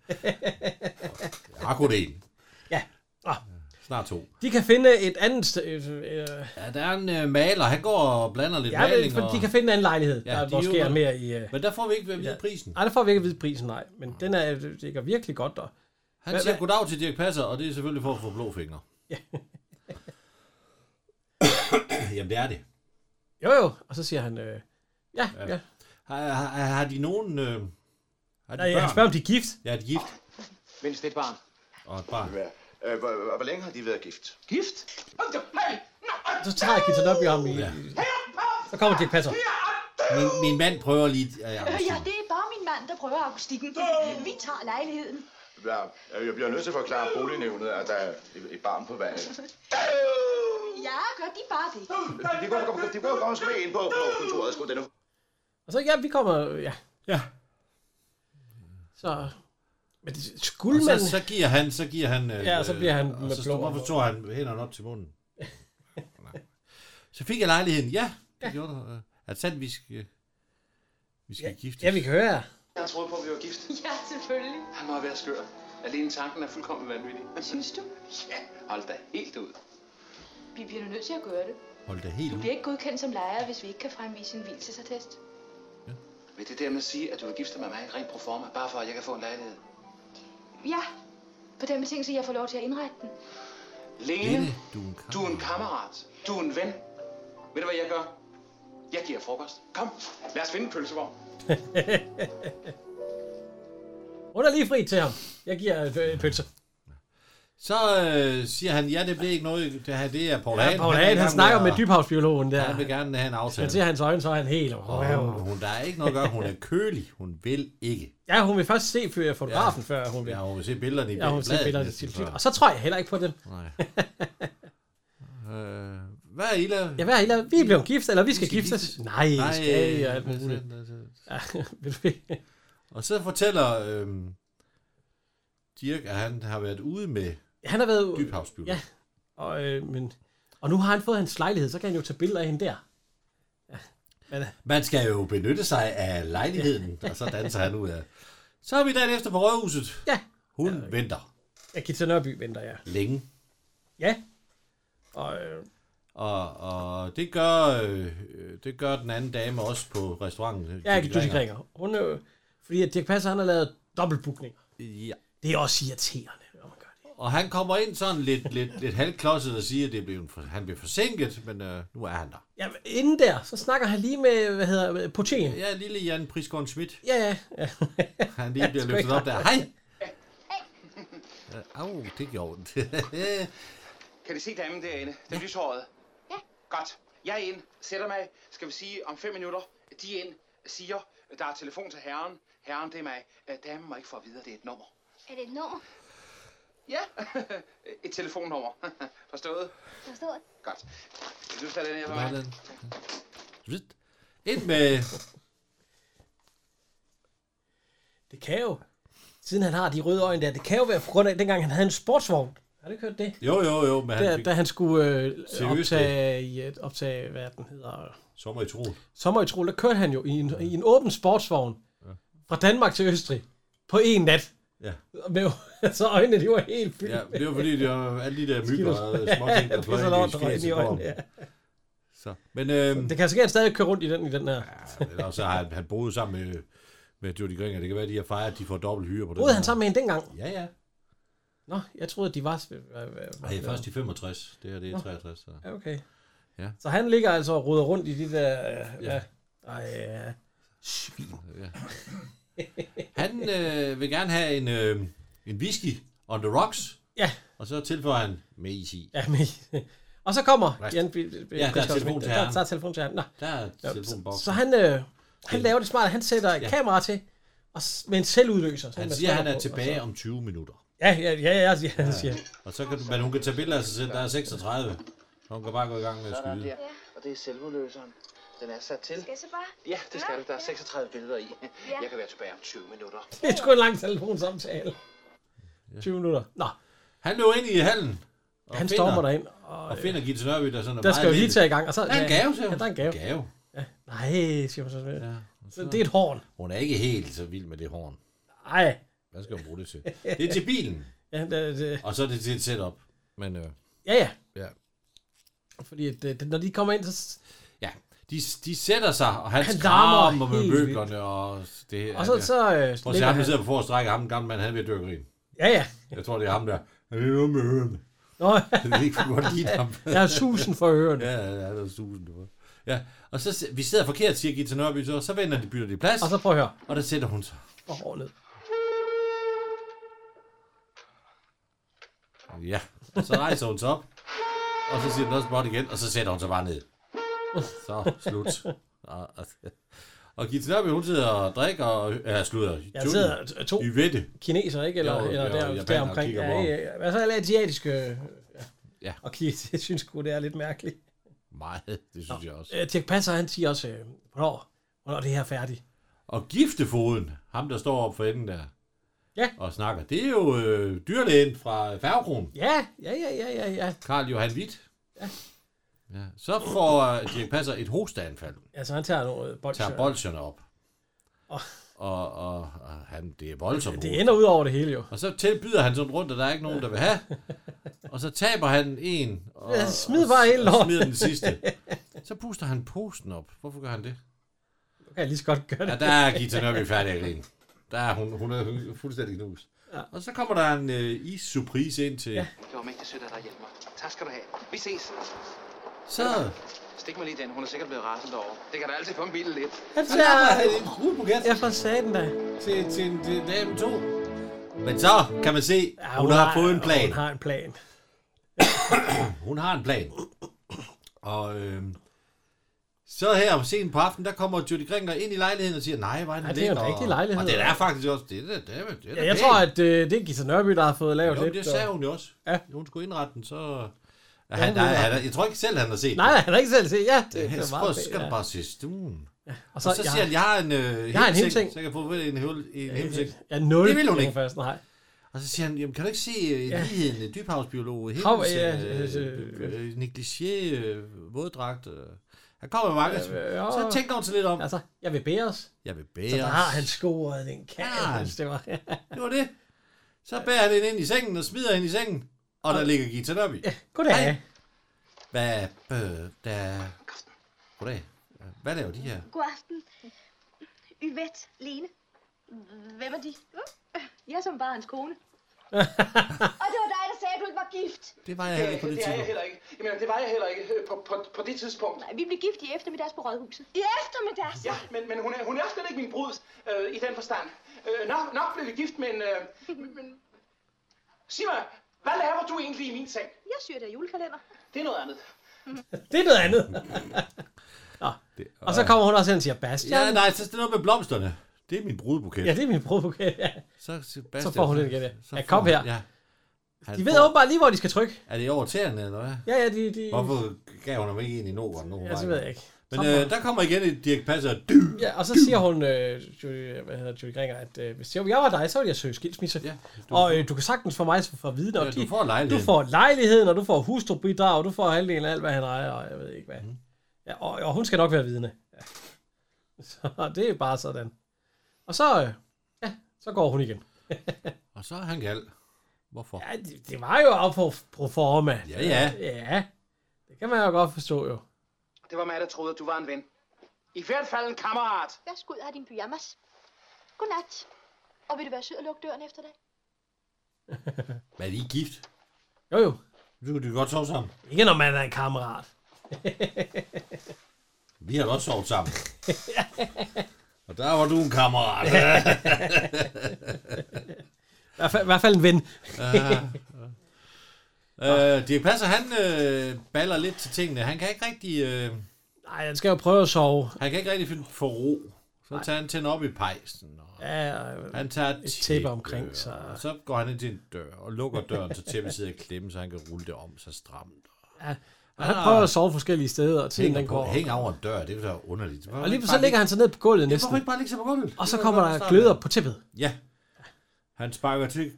Akkurat en. Ja. Oh. Snart to. De kan finde et andet sted. Øh, ja, der er en øh, maler, han går og blander lidt ja, maling. for og... de kan finde en anden lejlighed, ja, der de måske jo... er mere i... Øh... Men der får vi ikke ved ja. prisen. Nej, der får vi ikke at vide prisen, nej. Men den er, det ligger virkelig godt der. Han hva, siger hva? Goddag til Dirch Passer, og det er selvfølgelig for at få blå fingre. Ja. Jamen, det er det. Jo, jo. Og så siger han... Øh... Ja, ja. ja. Har, har, har de nogen... Øh... Har de Nej, jeg spørger, om de er gift. Ja, de er gift. Mindst et barn. Og et barn. Ja. Øh, hvor, hvor længe har de været gift? Gift? Så tager jeg Gita op i ham i... Ja. Så kommer Dirch Passer. Min, min mand prøver lige... Ja, ja, det er bare min mand, der prøver akustikken. Vi tager lejligheden. Ja, jeg bliver nødt til at forklare bolignævnet, at der er et barn på vejen. Ja, gør de bare det. De går, de går måske med ind på, på kontoret, sgu den nu. Og så, ja, vi kommer... Ja. Ja. Så... Men det, skulle og man... så, så giver han... Så giver han øh, ja, så bliver han og med så blå. Og så står han hænderne op til munden. Så fik jeg lejligheden. Ja, det ja. gjorde du. Er det sandt, vi skal... Vi skal ja, giftes? Ja, vi kan høre. Jeg troede på, at vi var gift. Ja, selvfølgelig. Han må være skør. Alene tanken er fuldkommen vanvittig. Synes du? Ja, hold da helt ud. Vi bliver nødt til at gøre det. Hold da helt ud. Du bliver ikke godkendt som lejer, hvis vi ikke kan fremvise en hvilsesattest. Ja. Vil det dermed sige, at du vil gifte med mig rent pro forma, bare for at jeg kan få en lejlighed? Ja, på den betingelse, at jeg får lov til at indrette den. Lene, Lene du, er du er en kammerat. Du er en ven. Ved du, hvad jeg gør? Jeg giver frokost. Kom, lad os finde en pølsevogn. Hun er lige fri til ham. Jeg giver et pølse. Så øh, siger han, ja, det bliver ikke noget. Det her, det er Paul ja, Hagen. Paul Hagen, han, han snakker med dybhavsbiologen der. Han vil gerne have en aftale. Man ser hans øjne, så er han helt... Oh, hun, der er ikke noget at gøre. Hun er kølig. Hun vil ikke. Ja, hun vil først se fotografen, ja. før hun vil. Ja, hun vil se billederne i ja, hun vil se billederne til til. Og så tror jeg heller ikke på dem. Nej. øh, hvad er I lavet? Ja, hvad er I lavet? Vi er blevet gift, eller vi skal, vi skal giftes. Giftes. Nej, Nej, skal I? Og, ja, og så fortæller øhm, Dirch, at han har været ude med han har været dybhavsbiolog. Ja, og, øh, men, og nu har han fået hans lejlighed, så kan han jo tage billeder af hende der. Ja. Men, man skal jo benytte sig af lejligheden, ja. Og så danser han ud af. Så er vi dagen efter på Rådhuset. Ja. Hun ja, venter. Ja, Gita Nørby venter, ja. Længe. Ja. Og, øh, Og, og det gør øh, det gør den anden dame også på restauranten. Ja, Judy Gringer. Hun øh, fordi at Dirch Passer, han har lavet dobbeltbookninger. Ja. Det er også irriterende. Og han kommer ind sådan lidt, lidt, lidt halvklodset og siger, at det blev, han blev forsinket, men øh, nu er han der. Ja, inden der, så snakker han lige med, hvad hedder Poten. Ja, lille Jan Prisgaard Schmidt. Ja, ja. ja. Han lige bliver løftet op der. Hej! Au, det gjorde ondt. Kan de se damen derinde? Den ja. lyshårede? Ja. Godt. Jeg er ind. Sætter mig. Skal vi sige om fem minutter. De er ind. Siger, der er telefon til herren. Herren, det er mig. Damen må ikke få at vide, at det er et nummer. Er det et nummer? Ja. Et telefonnummer. Forstået? Forstået. Godt. Vil du tage den her for mig? Ind med... Det kan jo, siden han har de røde øjne der, det kan jo være på grund af, dengang han havde en sportsvogn. Har du ikke hørt det? Jo, jo, jo. Men han der, fik... Da han skulle øh, optage, i et, optage, hvad den hedder... Sommer i Trol. Sommer i Trol, der kørte han jo i en, i en åben sportsvogn ja. Fra Danmark til Østrig på en nat. Ja. Med, så øjnene, de var helt fyldt. Ja, det var fordi, det var alle de der mygger og småting, der fløj ind i øjnene. Ja. Så, men, øhm, det kan sikkert stadig køre rundt i den, i den her. Ja, eller så har han, han boet sammen med, med Judy Gringer. Det kan være, at de har fejret, at de får dobbelt hyre på det. Boede han sammen med hende dengang? Ja, ja. Nå, jeg troede, at de var... Nej, først i femogtres. Det her, det er treogtres. Så. Ja, okay. Ja. Så han ligger altså og ruder rundt i de der... Øh, ja. Ej, ja. Svin. Ja. Han øh, vil gerne have en, øh, en whisky on the rocks. Ja. Og så tilføjer han med is i. Ja, med Og så kommer Jan... B- B- ja, der er telefon til der, ham. der er telefon til ham. Nå. Der er telefonboks. Så, så han, øh, han laver det smart. Han sætter et ja. kamera til, og med en selvudløser. Han siger, at han er tilbage så... om tyve minutter. Ja, ja, ja, ja, ja, ja. siger. Og så kan du, men hun kan tage billeder af sig selv. Der er seksogtredive. Så hun kan bare gå i gang med at skyde. Ja. Og det er selvudløseren. Den er sat til. Skal jeg så bare? Ja, det skal du. Der er seksogtredive billeder i. Ja. Jeg kan være tilbage om tyve minutter. Det er sgu en lang telefonsamtale. tyve minutter. Nå. Han løber ind i hallen. Han stormer derind. Og, og finder Gitze Nørby, der sådan er der skal jo lige tage i gang. Og så, der er en gave til ja, der er en gave. gave. Ja. Nej, siger man så. Ja. Så det er et horn. Hun er ikke helt så vild med det horn. Nej. Hvad skal hun bruge det til? Det er til bilen. Ja, det, det. Og så er det til et setup. Men, øh, ja, ja. ja. Fordi at, det, når de kommer ind, så... Ja, de, de sætter sig, og han, han skrammer med møblerne, og det... Og så... Ja. så øh, Prøv at se, ham der sidder på forstrække, ham den gamle mand, han vil dø grin. Ja, ja. Jeg tror, det er ham der. Er det noget med ørerne? Nå. Det er ikke for godt lide ham. Jeg er susen for ørerne. Ja, ja, der er susen for. Ja, og så vi sidder forkert, siger Gitze Nørby, så, så vender de, bytter de plads. Og så prøv at høre. Og der sætter hun sig. Og hår ned. Ja, og så rejser hun sig op. Og så siger den også bort igen, og så sætter hun sig bare ned. Så, slut. Og, og Gitze Nørby, hun sidder og drikker, og ja, slutter. Jeg sidder to Yvette. kineser, ikke? Eller, jo, eller jo, der, der omkring. Ja, ja, ja. Altså, alle asiatiske... Ja. ja. Og jeg synes sgu, det er lidt mærkeligt. Meget, det synes Nå, jeg også. Øh, Dirch Passer, han siger også, øh, hvornår, hvornår er det her færdigt? Og giftefoden, ham der står op for enden der, ja. og snakker, det er jo øh, dyrlægen fra Færgekron. Ja, ja, ja, ja, ja, ja. Karl Johan Hvidt. Ja. Ja. Så får uh, Dirch Passer et hosteanfald. Ja, så han tager nogle bolsjer. Tager bolsjerne op. Oh. Og, og, og han, det er voldsomt. Det ender ud over det hele jo. Og så tilbyder han sådan rundt, og der er ikke nogen, der vil have. Og så taber han en, og, ja, smid bare hele og, og smider den sidste. Så puster han posten op. Hvorfor gør han det? Nu kan jeg lige så godt gøre det. Ja, der er Gitze Nørby færdig at grine. Der er hun, hun er fuldstændig knust. Ja. Og så kommer der en øh, is-surprise ind til... Ja. Det var mægtigt sødt, at der hjælper mig. Tak skal du have. Vi ses. Så... Stik mig lige den. Hun er sikkert blevet rasende derovre. Det kan da altid få en bil lidt. Han tager en skruebuket. Jeg får satan da. Til, til, til dame to. Men så kan man se, ja, hun, hun har, har fået en plan. Hun har en plan. Hun har en plan. Og øh, så her sent på aftenen, der kommer Judy Gringer ind i lejligheden og siger, nej, var den ja, det er en rigtig lejlighed. Og det er faktisk også, det er det, det, er, det er ja, jeg pæn. tror, at øh, det er Gitze Nørby, der har fået lavet jo, lidt. det sagde og... hun jo også. Ja. Hun skulle indrette den, så... Ja, han, der, han, jeg tror ikke selv, han har set nej, nej, han har ikke selv set. Ja, det, det er meget. Så skal du bare se stuen. Ja. Og så, og så siger han, jeg har en øh, jeg har en himseng, så jeg kan få en, en, en himseng. Ja, nul. Det vil hun ikke. Først, nej. Og så siger han, jamen, kan du ikke se uh, ja. ligheden, dybhavsbiolog, Hav, ja, øh, øh, negligé, øh, våddragt. Øh. Han kommer med mange. Øh, øh, så tænker hun sig lidt om. Altså, jeg vil bære os. Jeg vil bære os. Så der har han scoret den kæft. Ja, det var det. var det. Så bærer han hende ind i sengen og smider hende i sengen. Og der ligger Gitze Nørby. Ja, goddag. Hej. Hvad, øh, der... Goddag. Hvad laver de her? God aften. Yvette, Lene. Hvem er de? Jeg er som bare hans kone. Og det var dig, der sagde, at du ikke var gift. Det var jeg heller ikke på det Det er jeg tidspunkt. heller ikke. Jeg mener, det var jeg heller ikke øh, på, på, på det tidspunkt. Nej, vi blev gift i eftermiddags på Rådhuset. I eftermiddags? Ja, men, men hun, er, hun er slet ikke min brud øh, i den forstand. Øh, nok, nok blev vi gift, men, øh, men... Sig mig, hvad laver du egentlig i min seng? Jeg syr der julekalender. Det er noget andet. Det er noget andet. Nå. Det, Og så kommer hun også hen og siger, Bastian. Ja, nej, så det er noget med blomsterne. Det er min brudebuket. Ja, det er min brudbuket, ja. Så, Så får hun den igen, ja. Så Ja, får kom hun- her. Ja. Han De ved får- åbenbart lige, hvor de skal trykke. Er det over tæerne, eller hvad? Ja, ja, de... de... Hvorfor gav hun ham ikke en i Norden? Nu, Ja, det ved jeg ikke. Men Så øh, får- der kommer igen et Dirk Passer. Ja, og så siger hun, øh, Julie, hvad hedder Julie Gringer, at øh, hvis jeg var dig, så ville jeg søge skilsmisse. Ja, du og øh, du kan sagtens få mig for at vide, og Ja, de, du får lejligheden. Du får lejligheden, og du får hustrubidrag, og du får halvdelen af alt, hvad han ejer, og jeg ved ikke hvad. Mm. Ja, og, og hun skal nok være vidne. Ja. Så det er bare sådan. Og så, øh, ja, så går hun igen. Og så er han gal. Hvorfor? Ja, det, det var jo op på pro forma. Ja, ja. Ja, det kan man jo godt forstå jo. Det var mig, der troede, at du var en ven. I hvert fald en kammerat. Værsgo, jeg har din pyjamas. Godnat. Og vil du være sød og lukke døren efter dig? Men er I gift? Jo jo. Du kan godt sove sammen. Ikke når man er en kammerat. Vi har også sovet sammen. Og der var du en kammerat. I hvert fald, i hvert fald en ven. øh, Dirk Passer, han øh, baller lidt til tingene. Han kan ikke rigtig... Øh, Nej, han skal jo prøve at sove. han kan ikke rigtig finde for ro. Så tager han tænder op i pejsen. Og Ja, og han tager et tæppe omkring sig. Og så går han ind til en dør og lukker døren, så tæppet sidder i klemme, så han kan rulle det om så stramt. Ja, og han prøver at sove forskellige steder, og tiden Hænger, den på, går. hænger over en dør, det er så underligt. Og lige så ligger han så ned på gulvet næsten. næsten. Hvorfor ikke bare ligge sig på gulvet? Og så Det kommer var der godt gløder starte på tæppet. Ja. Han sparker til...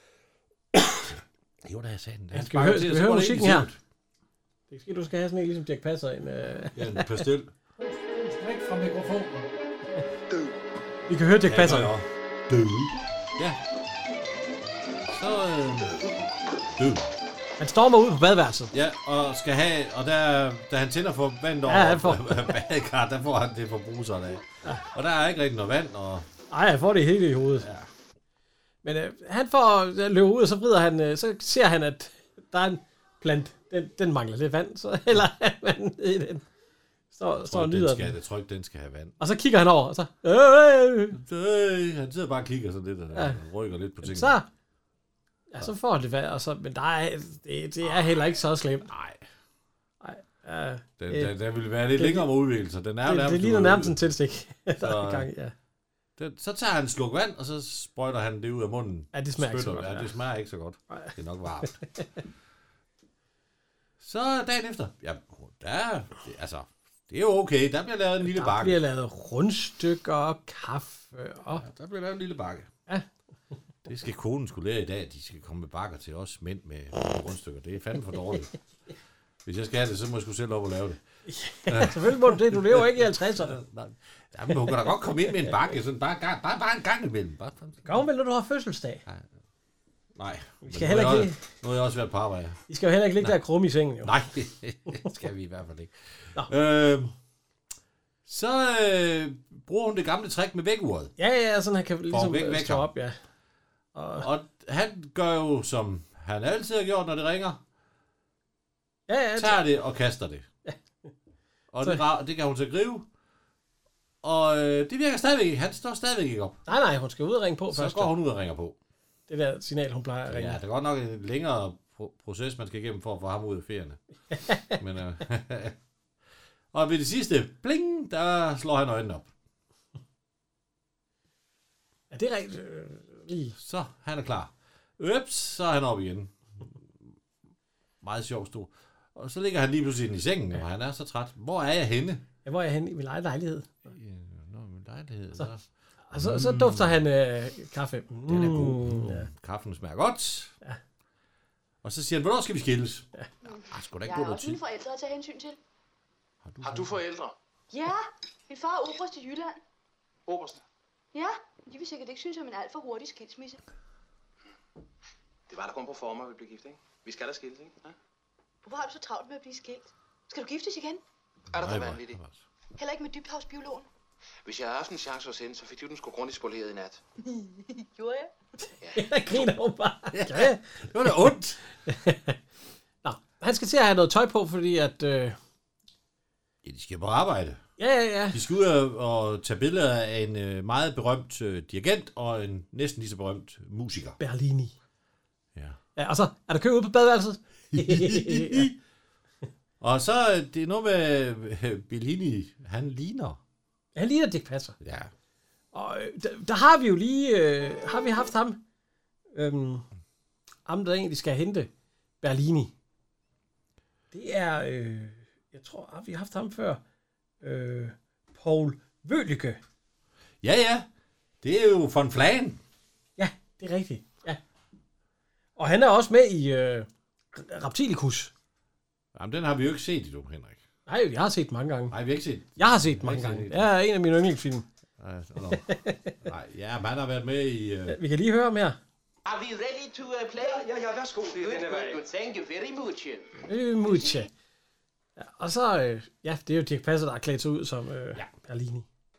jo, da jeg sagde den. Han skal vi høre, skal vi høre musikken her? Det skal du skal have sådan en, ligesom Dirk Passer. En, øh... Ja, en pastel. Væk fra mikrofonen. Vi kan høre Dirk Passer. Ja, død. Ja. Så... Øh, død. Han stormer ud på badeværelset. Ja, og skal have... Og der, da han tænder for vand over Ja, han får- badekar, der får han det for bruserne af. Ja. Og der er ikke rigtig noget vand, og... Ej, jeg får det hele i hovedet. Ja. Men øh, han får løber ud, og så vrider han, øh, så ser han, at der er en plant. Den, den mangler lidt vand, så hælder han vand i den. Så står og nyder den. den. Skal, jeg tror ikke, den skal have vand. Og så kigger han over, og så... Øh, Øh, han sidder bare og kigger sådan lidt, og Ja. rykker lidt på tingene. så... Ja, så får han det vand, og så... Men der er, det, det er heller ikke så slemt. Nej. Nej. Ja, Den, det- den, den vil være lidt det- længere om at udvikle sig. Den er det, det ligner nærmest en tilstik, der er i gang i, ja. Den, så tager han en sluk vand, og så sprøjter han det ud af munden. Ja, det smager ikke så Spytter. godt, Ja, ja. det smager ikke så godt. Nej. Det er nok varmt. Så dagen efter. Ja, der, det, altså, det er jo okay. Der bliver lavet en lille Der bakke. bliver lavet rundstykker og kaffe og... Ja, der bliver lavet en lille bakke. Ja. Det skal konen skulle lære i dag, at de skal komme med bakker til os mænd med rundstykker. Det er fandme for dårligt. Hvis jeg skal have det, så må jeg sgu selv op og lave det. Ja, selvfølgelig må du det. Du lever ikke i halvtredserne. Ja, men hun kan da godt komme ind med en bakke, sådan bare, bare, bare, bare en gang imellem. Bare, Gør hun vel, når du har fødselsdag? nej. Vi skal heller ikke... Nu har jeg også været på arbejde. I skal jo heller ikke ligge Nej. der krumme i sengen, jo. Nej, det skal vi i hvert fald ikke. Øh, så øh, bruger hun det gamle trick med vækkeuret. Ja, ja, sådan han kan For ligesom væk, væk, væk stå ham. op, ja. Og, Og han gør jo, som han altid har gjort, når det ringer. ja, ja, Tager det og kaster det. Og det, ra- det kan hun så gribe. Og øh, det virker stadigvæk ikke. Han står stadigvæk ikke op. Nej, nej, hun skal ud og ringe på Så først. går hun ud og ringer på. Det der signal, hun plejer at ringe. Ja, det er godt nok en længere pro- proces, man skal igennem for at få ham ud af ferierne. Men, øh, og ved det sidste, bling, der slår han øjnene op. Ja, det er rigtigt. Øh, lige. Så han er klar. Øps, så er han op igen. Meget sjov stor. Og så ligger han lige pludselig inde i sengen, og han er så træt. Hvor er jeg henne? Ja, hvor er jeg henne i min egen lejlighed? Nå, min lejlighed. Så, Så. og så, så dufter han øh, kaffe. Mm, Den er god. Ja. Kaffen smager godt. Ja. Og så siger han, hvornår skal vi skilles? Ja. Ah, sgu da ikke Jeg gå har noget også tid. mine forældre at tage hensyn til. Har du forældre? Ja, min far er oberst i Jylland. Oberst. Ja, de vil sikkert ikke synes om en alt for hurtig skilsmisse. Det var da kun på former, vi blev gift, ikke? Vi skal da skilles, ikke? Ja? Hvorfor har du så travlt med at blive skilt? Skal du giftes igen? Er der da vanvittigt? Heller ikke med dybhavsbiologen? Hvis jeg havde haft en chance hos hende, så fik du den sgu grundigt spoleret i nat. Gjorde jeg? Ja, der griner hun bare. Ja, det var da ondt. Nå, han skal til at have noget tøj på, fordi at... Øh... Ja, de skal på arbejde. Ja, ja, ja. De skal ud og, og tage billeder af en øh, meget berømt øh, dirigent og en næsten lige så berømt musiker. Bellini. Ja. Ja, og så er der kø ude på badeværelset. Ja. Og så, det er noget med øh, Bellini, han ligner. Han ligner Dirch Passer. Ja. Og øh, der, der har vi jo lige, øh, har vi haft ham, øhm, ham der egentlig skal hente Bellini. Det er, øh, jeg tror, har vi haft ham før, øh, Paul Wølicke. Ja, ja. Det er jo von Flagen. Ja, det er rigtigt. Ja. Og han er også med i øh, Reptilicus. Jamen, den har vi jo ikke set endnu, Henrik. Nej, jeg har set mange gange. Nej, vi har ikke set. Jeg har set den mange ikke gange. set Det er en af mine yndlingsfilm. Nej, Nej, ja, man har været med i... Uh... Vi kan lige høre mere. Are we ready to uh, play? Ja, ja, værsgo. Det er denne vej. Good, thank you very much. Øh, much. Ja, og så, øh, ja, det er jo Dirch Passer, der er klædt sig ud som øh, ja. Bellini.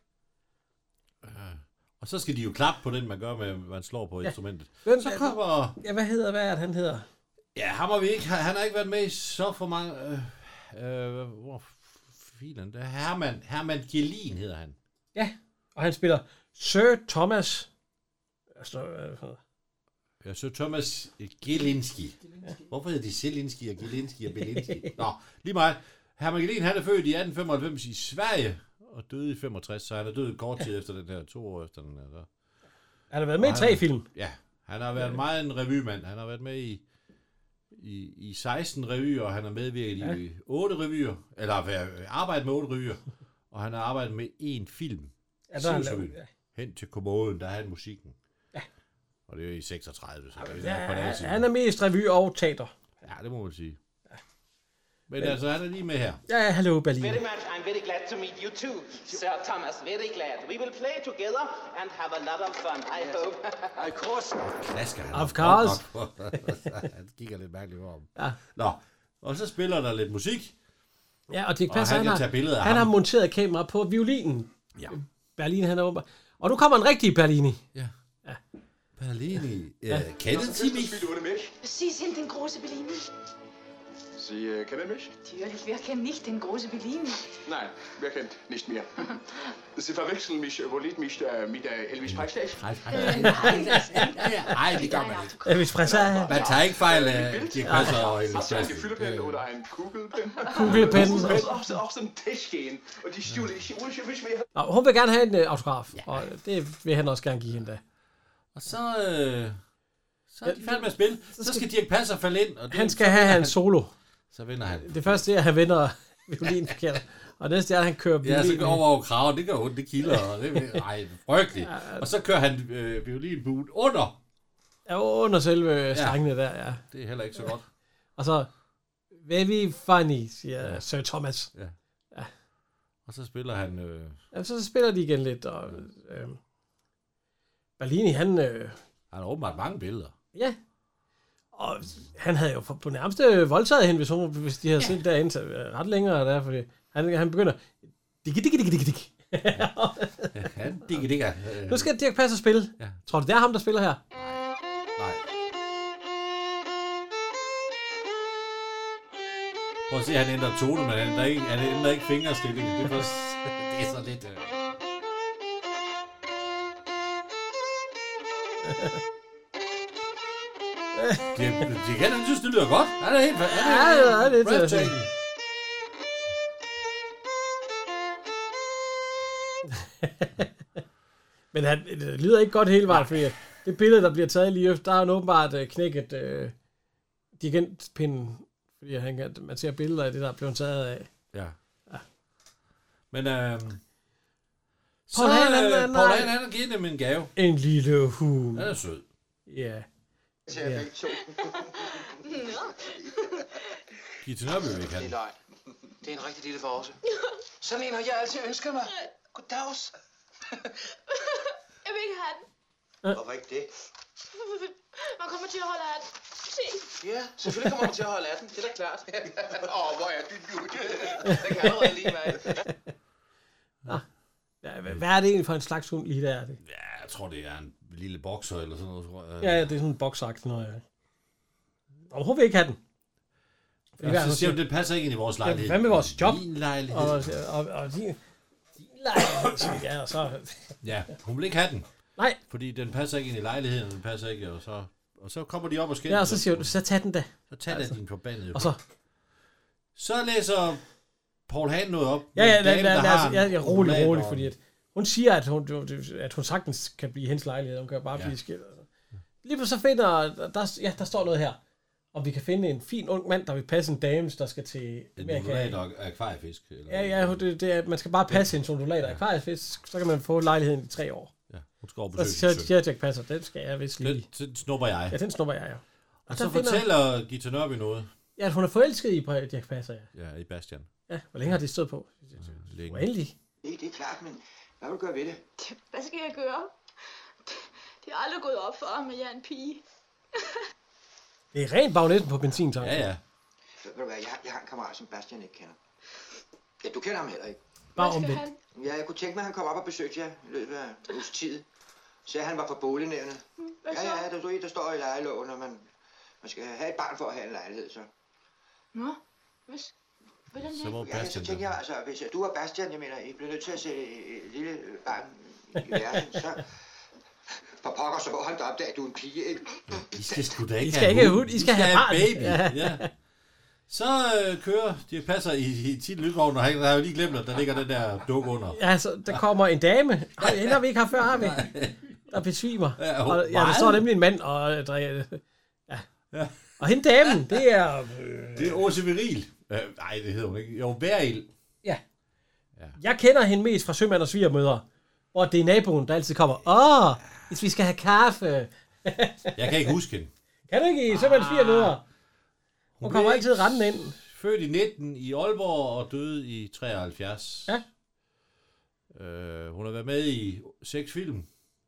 Uh, og så skal de jo klappe på den, man gør med, man slår på ja. instrumentet. Hvem, så kommer... Ja, hvad hedder, hvad er det, han hedder? Ja, ham har vi ikke, han har ikke været med i så for mange... Øh, øh, hvor filen det er? Herman, Herman Gelin hedder han. Ja, og han spiller Sir Thomas... Altså, hvad Ja, Sir Thomas Gelinski. Hvorfor hedder de Zelinski og Gelinski og Belinski? Nå, lige meget. Herman Gelin, han er født i atten femoghalvfems i Sverige og døde i femogtres, så han er død kort tid efter den her, to år efter den her. Så. Han har været med og i tre film. Ja, han har været meget en revymand. Han har været med i, i, i seksten revyer, og han har medvirket ja. i otte revyer, eller arbejdet med otte revyer, og han har arbejdet med én film. Ja, der er lavet, ja. Hen til kommoden, der er han musikken. Ja. Og det er jo i seksogtredive. Så ja, det er på han, han er mest revy og teater. Ja, det må man sige. Ja. Men, Men altså, han er lige med her. Ja, ja, hallo Bellini. Very much, I'm very glad to meet you too, Sir Thomas. Very glad. We will play together and have a lot of fun, I hope. Of course. Klasker han. Of course. Han kigger lidt mærkeligt om. Ja. Nå, og så spiller der lidt musik. Ja, og Dirch Passer, han, han, har, han har monteret kamera på violinen. Ja. Bellini, han er åben. Og nu kommer en rigtig Bellini. Ja. Ja. Bellini. Ja. Uh, kennen Sie mich? Sie sind den große Bellini. Sie äh, kennen mich? Natürlich, wer kennt nicht den großen Bellini? Nein, wer kennt nicht mehr. Sie verwechseln mich, wo liegt mich äh, mit der Elvis Presley? Nej, det gør man ikke. Elvis Presley. Man tager ikke fejl af Dirch Passer og Elvis Hast du eine Presley. Füllepen oder einen Kugelpen? Kugelpen. Auch so, auch so ein Tisch gehen. Und die Stühle, ich ich will mir... Nå, hun vil gerne have en uh, autograf, ja. Og det vil han også gerne give hende da. Og så, øh, så er de færdige med at spille. Så skal Dirch Passer falde ind. Og det, han skal have hans solo. Så vinder han. Det første er, at han vinder violinen forkert. Og det næste er, at han kører violin. Ja, så går over over kraven. Det gør ondt, det kilder. Og det, ej, frygteligt. Og så kører han øh, violinbuen under. Ja, under selve strengene der, ja. Det er heller ikke så godt. Og så, very funny, siger ja. Sir Thomas. Ja. Ja. Og så spiller han... Øh... Ja, så spiller de igen lidt, og... Øh, Bellini, han... Øh... Han har åbenbart mange billeder. Ja. Og han havde jo på nærmeste voldtaget hende, hvis, hun, hvis de havde ja. set derinde ret længere der, fordi han, han begynder... Digge, digge, digge, digge, digge. Ja, digge, digge. Nu skal Dirch Passer spille. Ja. Tror du, det er ham, der spiller her? Nej. Prøv at se, han ændrer tone, men han ændrer ikke, han ændrer ikke fingerstilling. Det er, for, det er så lidt... Øh... De, de kan, han synes, det lyder godt. Han er helt... Han er, ja, det er breathtaking. Men han, det lyder ikke godt hele vejen, fordi det billede, der bliver taget lige efter, der har han åbenbart knækket øh, dirigentpinden, fordi han, man ser billeder af det, der er blevet taget af. Ja. ja. Men øh, så Paul Hagen, han, øh, han, Paul Hagen, han har givet dem en gave. En lille hund. Han er sød. Ja. Ja. Gita Nørby vil ikke have den. Det er en rigtig lille forose. Sådan en har jeg altid ønsket mig. Goddags. Jeg vil ikke have den. Hvorfor ikke det? Man kommer til at holde af den. Se. Ja, selvfølgelig kommer du til at holde af den. Det er da klart. Åh, oh, hvor er det nu. Det kan allerede lige være. Nå. Ja, hvad, hvad er det egentlig for en slags hund lige der? Det? Ja, jeg tror, det er en lille bokser eller sådan noget, tror jeg. Ja, ja, det er sådan en boksagt noget. Ja. Og hun vil ikke have den. Ja, så siger hun, det passer ikke ind i vores lejlighed. Hvad med vores job? Din lejlighed. Og, og, og din, din lejlighed, ja, og så... Ja, hun vil ikke have den. Nej. Fordi den passer ikke ind i lejligheden, den passer ikke, og så, og så kommer de op og skændes. Ja, og så siger du, så tag den da. Så tag altså. din forbandede. Og så... Så læser Paul Hahn noget op. Ja, ja, lad, lad, lad, ja, ja, rolig, rolig, fordi at hun siger, at hun, at hun sagtens kan blive hendes lejlighed. Hun kan bare ja. blive skilt. Lige pludselig så finder, der, ja, der står noget her. Og vi kan finde en fin ung mand, der vil passe en dame, der skal til Amerika. En undulat og akvariefisk. Eller ja, ja, det, det er, man skal bare passe en undulat og akvariefisk, så kan man få lejligheden i tre år. Ja, hun skal over besøge sin søn. Så siger Jack Passer, den skal jeg vist lige. Den, den snupper jeg. Ja, den snupper jeg, ja. Og, og så finder... fortæller Gita Nørby noget. Ja, hun er forelsket i Jack Passer, ja. Ja, i Bastian. Ja, hvor længe har det stået på? Længe. Endelig. Det, det er klart, men hvad vil du gøre ved det? Hvad skal jeg gøre? Det er aldrig gået op for ham, at jeg er en pige. Det er rent bagnetten på benzintanken. Ja, ja. Ved du hvad, jeg, jeg har en kammerat, som Bastian ikke kender. Ja, du kender ham heller ikke. Bare omvendt. Ja, jeg kunne tænke mig, at han kom op og besøgte jer i løbet af en uges tid. Så han var fra bolignævnet. Ja, ja, der, der, der står i lejeloven, at man, man skal have et barn for at have en lejlighed, så. Nå, hvis... Hvordan det? Så var ja, så tænker jeg altså, hvis du og Bastian, jeg mener, I bliver nødt til at sætte et lille barn i verden, så... For pokker, så hold da op, der er du en pige, ikke? Ja, I skal sgu da ikke I skal have hund. I skal, I skal have, have baby. Ja. Ja. Så øh, kører de passer i, i tit lytvogn, og han har jo lige glemt, at der ligger den der dukke under. Ja, så der kommer en dame. Hende har vi ikke haft før, har vi? Der besvimer. Ja, og, ja, der står nemlig en mand og drikker. Ja. Ja. Og hende damen, det er... Øh... Det er Åse Viril. Øh, nej, det hedder hun ikke. Jo, Væril. Ja. Ja. Jeg kender hende mest fra Sømand og Svigermødre, hvor det er naboen, der altid kommer. Åh, hvis vi skal have kaffe. Jeg kan ikke huske hende. Kan du ikke i Sømand og Svigermødre? Hun kommer altid rendende ind. Født i nitten i Aalborg og døde i treoghalvfjerds. Ja. Øh, hun har været med i seks film.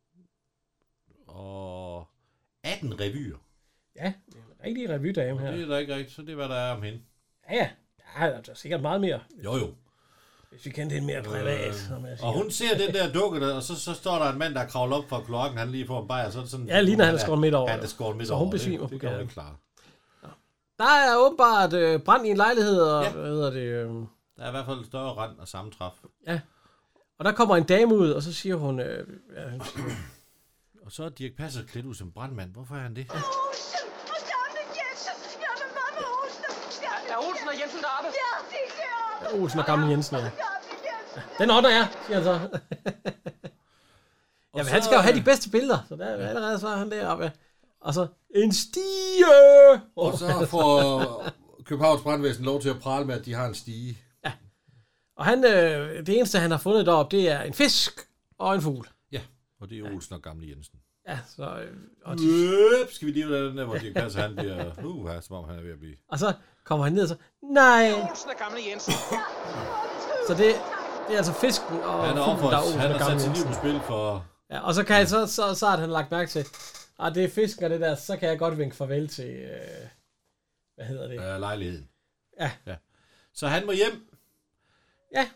Og atten revyer. Ja, det er en rigtig revydame her. Det er da ikke rigtigt, så det er, hvad der er om hende. Ja, ja. Ja, der er sikkert meget mere. Jo, jo. Hvis vi kendte hende mere privat. Øh, og hun ser den der dukke der, og så, så står der en mand, der kravler op fra kloakken, han lige får en bajer, så er det sådan... Ja, lige når han er skåret midt over. Han er skåret midt så over. hun besvimer det, på det kan hun ikke klare. Ja. Der er åbenbart øh, brand i en lejlighed, og ja. Hvad hedder det... Øh... Der er i hvert fald et større rand og sammentræf. Ja. Og der kommer en dame ud, og så siger hun... Øh, ja, hun siger, og så er Dirch Passer klædt ud som brandmand. Hvorfor er han det? Olsen! Og gamle Jensen! Jeg er med mamma Olsen! Er Olsen og Jensen deroppe? Ja, det er ja, Olsen og gamle Jensen, ja. Den ånder jeg, siger han så. Jamen, han skal jo have de bedste billeder, så der er allerede så er han deroppe. Og så en stige! Og så får Københavns Brandvæsen lov til at prale med, at de har en stige. Ja. Og han, øh, det eneste, han har fundet deroppe, det er en fisk og en fugl. Ja, og det er Olsen og gamle Jensen. Ja, så... Øh, og de... Øp, skal vi lige ud af den der, hvor Dirch Passer, han bliver... Uh, her, som om han er ved at blive... Og så kommer han ned og så... Nej! Olsen og gamle Jensen. Så det... Det er altså fisken og han er fuglen, der er Olsen. Han har sat sit liv på spil for... Ja, og så kan jeg, så, så, så har han lagt mærke til, at det er fisken og det der, så kan jeg godt vinke farvel til, øh, hvad hedder det? Øh, lejligheden. Ja. ja. Så han må hjem. Ja.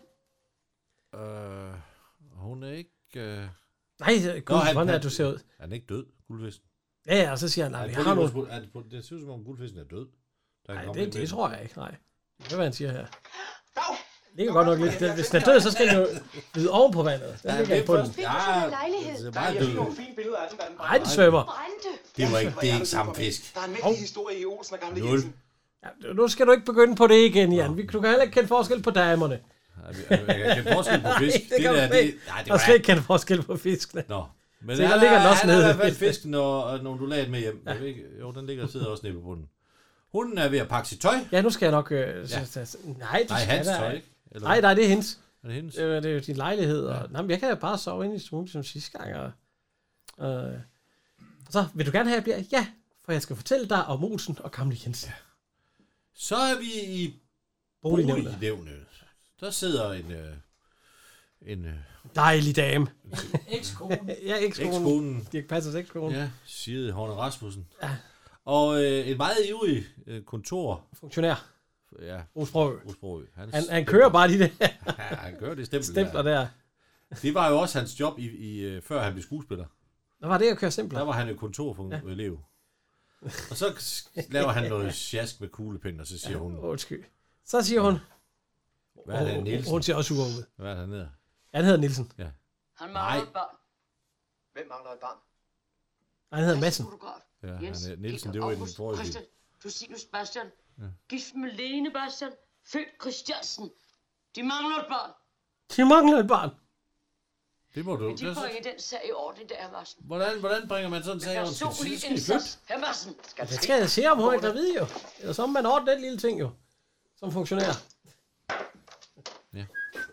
Øh, hun er ikke... Øh... Nej, gud, Nå, han, hvordan er du ser ud? Han er ikke død, guldfisken. Ja, ja, og så siger han, nej, vi har noget... Det, det ser ud som om guldfisken er død. Nej, det, det tror jeg ikke, nej. Det er, hvad han siger her. Det ligger godt nok lidt. Det, hvis den er død, så skal den jo vide oven på vandet. Den ligger ikke på den. Fik du sådan en lejlighed? Det er bare død. Nej, den svømmer. Det var ikke, det er ikke samme fisk. Der er en mægtig historie i Olsen og gamle Jensen. Ja, nu skal du ikke begynde på det igen, Jan. Du kan heller ikke kende forskel på damerne. Jeg kan kende forskel på fisk. det, det kan der, det, nej, det var... slet ikke kende forskel på fiskene. Nå. Men så der ligger den også nede. Han har i hvert fald fisken og en undulat med hjem. Ja. Ikke, jo, den ligger og sidder også nede på bunden. Hunden er ved at pakke sit tøj. Ja, nu skal jeg nok... Øh, ja. så, nej, nej, hans tøj, ikke? Eller? Nej, nej, det er hendes. Er det hendes? Øh, det er jo din lejlighed. Og, ja. Nej, men jeg kan jo bare sove inde i stuen som sidste gang. Og, øh, så, vil du gerne have, at jeg bliver? Ja, for jeg skal fortælle dig om Olsen og gamle Jensen. Ja. Så er vi i bolignævnet. Der sidder en... Øh, en øh, dejlig dame. Ekskonen. ja, ekskonen. Ekskonen. Dirch Passers ekskone. Ja, siger Horne Rasmussen. Ja. Og øh, en meget ivrig øh, kontor. Funktionær. Ja. Osprø. Osprø. Han, Han, han kører bare de der ja, han kører det stempel stempler der. Det var jo også hans job, i, i, uh, før han blev skuespiller. Hvad var det at køre stempler? Der var han jo kontorelev. Ja. Og så laver han noget sjask med kuglepind, og så siger ja, hun... Undskyld. Så siger hun... Hvad er det, Nielsen? Hun ser også sur ud. Hvad er det, han hedder? Han hedder Nielsen. Ja. Han mangler et barn. Hvem mangler et barn? Han hedder Madsen. Ja, han er Nielsen, det var i den forrige film. Tosinus Bastian. Ja. Gift med Lene Bastian. Født Christiansen. De mangler et barn. De mangler et barn. Det må du. Men de bringer den sag i orden, der er Madsen. Hvordan, hvordan bringer man sådan en sag i orden? Personlig indsats, herr Madsen. Jeg skal jeg se, om hun er gravid jo. Eller så må man ordne den lille ting jo. Som funktionær. Ja.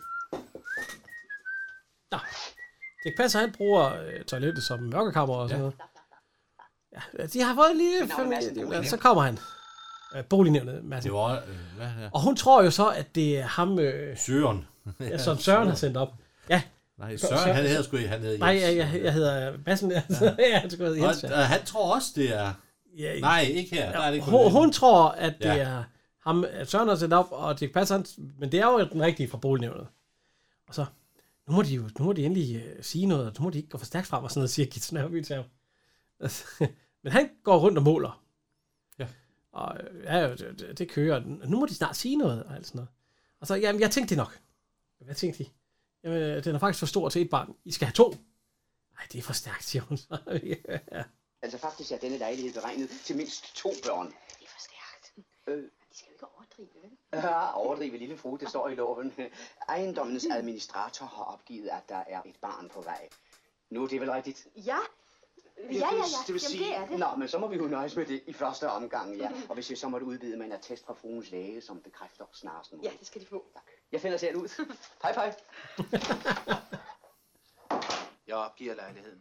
Nå. Dirch Passer, han bruger øh, toilettet som mørkekammer og sådan ja. noget. Ja, de har fået en lille familie. Ja, så kommer han. Øh, bolignævnet, Madsen. Det var, øh, hvad, ja. Og hun tror jo så, at det er ham... Øh, Søren. ja, som Søren har sendt op. Ja. Nej, Søren, Søren, han hedder sgu ikke, han hedder Jens. Nej, jeg, jeg, jeg hedder Madsen. Ja. ja, han skulle hedde Jens. Og, og han tror også, det er... Ja, nej, ikke her. Der er det ikke hun, hun tror, at det ja. er ham, at Søren har sendt op, og Dirch Passer, men det er jo den rigtige fra bolignævnet. Og så, nu må de jo nu må de endelig uh, sige noget, og nu må de ikke gå for stærkt frem og sådan noget, siger Gitsen Nørby til ham. Men han går rundt og måler. Ja. Og ja, det, det kører. Nu må de snart sige noget, og alt sådan noget. Og så, jamen, jeg tænkte det nok. Hvad tænkte de? Jamen, den er faktisk for stor til et barn. I skal have to. Nej, det er for stærkt, siger hun så. Ja. Altså faktisk er denne lejlighed beregnet til mindst to børn. Det er for stærkt. Øh. De skal jo ikke overdrive, vel? Ja, overdrive, lille fru, det står i loven. Ejendommens administrator har opgivet, at der er et barn på vej. Nu er det vel rigtigt? Ja. Ja, ja, ja. Det vil sige, Jamen, det er det. Nå, men så må vi jo nøjes med det i første omgang, ja. Og hvis vi så måtte udvide med en attest fra fruens læge, som bekræfter snarest muligt. Ja, det skal de få. Tak. Jeg finder selv ud. Hej, hej. Jeg opgiver lejligheden.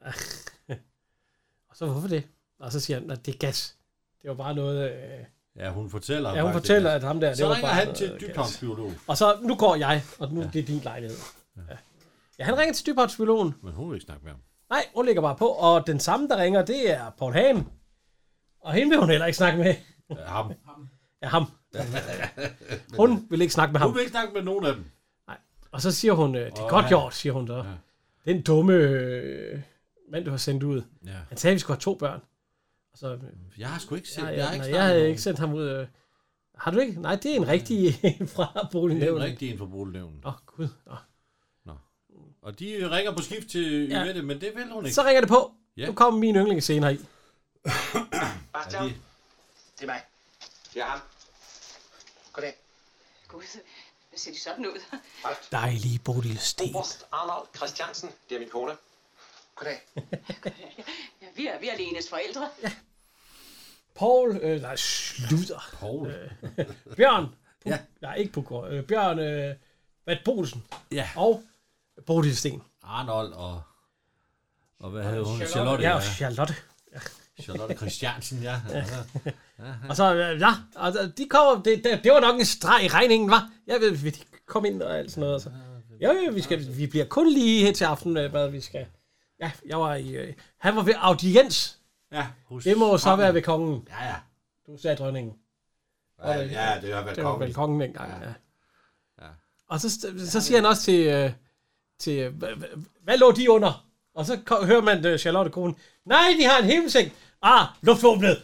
Og så hvorfor det? Og så siger han, at det er gas. Det var bare noget... Øh... Ja, hun fortæller... Ja, hun fortæller, at ham der... Så det var ringer bare han til dybhavnsbiolog. Og så, nu går jeg, og nu ja. det er din lejlighed. Ja. Ja, han ringer til dybhavnsbiologen. Men hun vil ikke snakke med ham. Nej, hun ligger bare på, og den samme, der ringer, det er Poul Hagen. Og hende vil hun heller ikke snakke med. Ja, ham. Ja, ham. Hun vil ikke snakke med ham. Hun vil ikke snakke med nogen af dem. Nej. Og så siger hun, det er oh, godt ja. gjort, siger hun så. Ja. Den dumme øh, mand, du har sendt ud. Ja. Han sagde, at vi skulle have to børn. Og så, jeg har sgu ikke sendt, ja, ja, jeg har ikke, nej, jeg havde ikke sendt ham ud. Øh. Har du ikke? Nej, det er en rigtig en fra bolignævnet. Det er en rigtig en fra bolignævnet. Åh, oh, gud. Oh. Nå. Og de ringer på skift til ja. Yvette, men det vil hun ikke. Så ringer det på. Ja. Nu kommer min yndling senere i. Bastian, ja, de... det er mig. Det er ham. Goddag. Gud, hvad ser de sådan ud? Dejlige Bodil Sten. Oberst Arnold Christiansen, det er min kone. Goddag. Ja, vi er, vi er Lenes forældre. Ja. Paul, øh, nej, slutter. Paul. Øh, Bjørn. Puk, ja. Nej, ikke Pukor. Øh, Bjørn øh, Vat Bolsen. Ja. Og Bodil Sten. Arnold og... Og hvad hedder hun? Charlotte. Charlotte. Ja, og Charlotte. Ja. Charlotte Christiansen, ja. ja. ja. Og så, ja, altså, de kommer, det, det, det var nok en streg i regningen, hva'? Jeg ved, vi kom ind og alt sådan noget. Så. Ja, ja, vi, skal, vi bliver kun lige her til aften, hvad vi skal. Ja, jeg var i, øh, han var ved audiens. Ja, hos det må så kongen. være ved kongen. Ja, ja. Du sagde dronningen. Ja, ja, det har været kongen. Det var vel kongen dengang, ja. ja. ja. Og så, så siger han også til, øh, til hvad, hvad lå de under? Og så hører man uh, Charlotte konen. Nej, de har en himmelseng. Ah, luftvåbnet.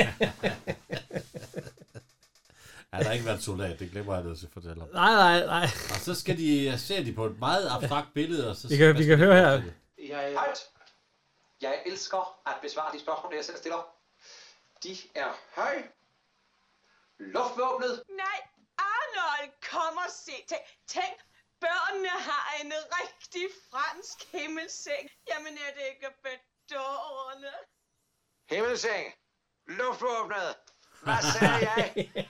Ja, der har ikke været soldat, det glemmer jeg at fortælle om. Nej, nej, nej. Og så skal de, se de på et meget abstrakt billede. Og så vi kan, vi kan høre her. Jeg, jeg elsker at besvare de spørgsmål, jeg selv stiller. De er høj. Luftvåbnet. Nej, Arnold, kom og se. Tænk, tænk, børnene har en rigtig fransk himmelseng. Jamen er det ikke bedårende? Himmelseng. Luftvåbnet. Hvad sagde jeg?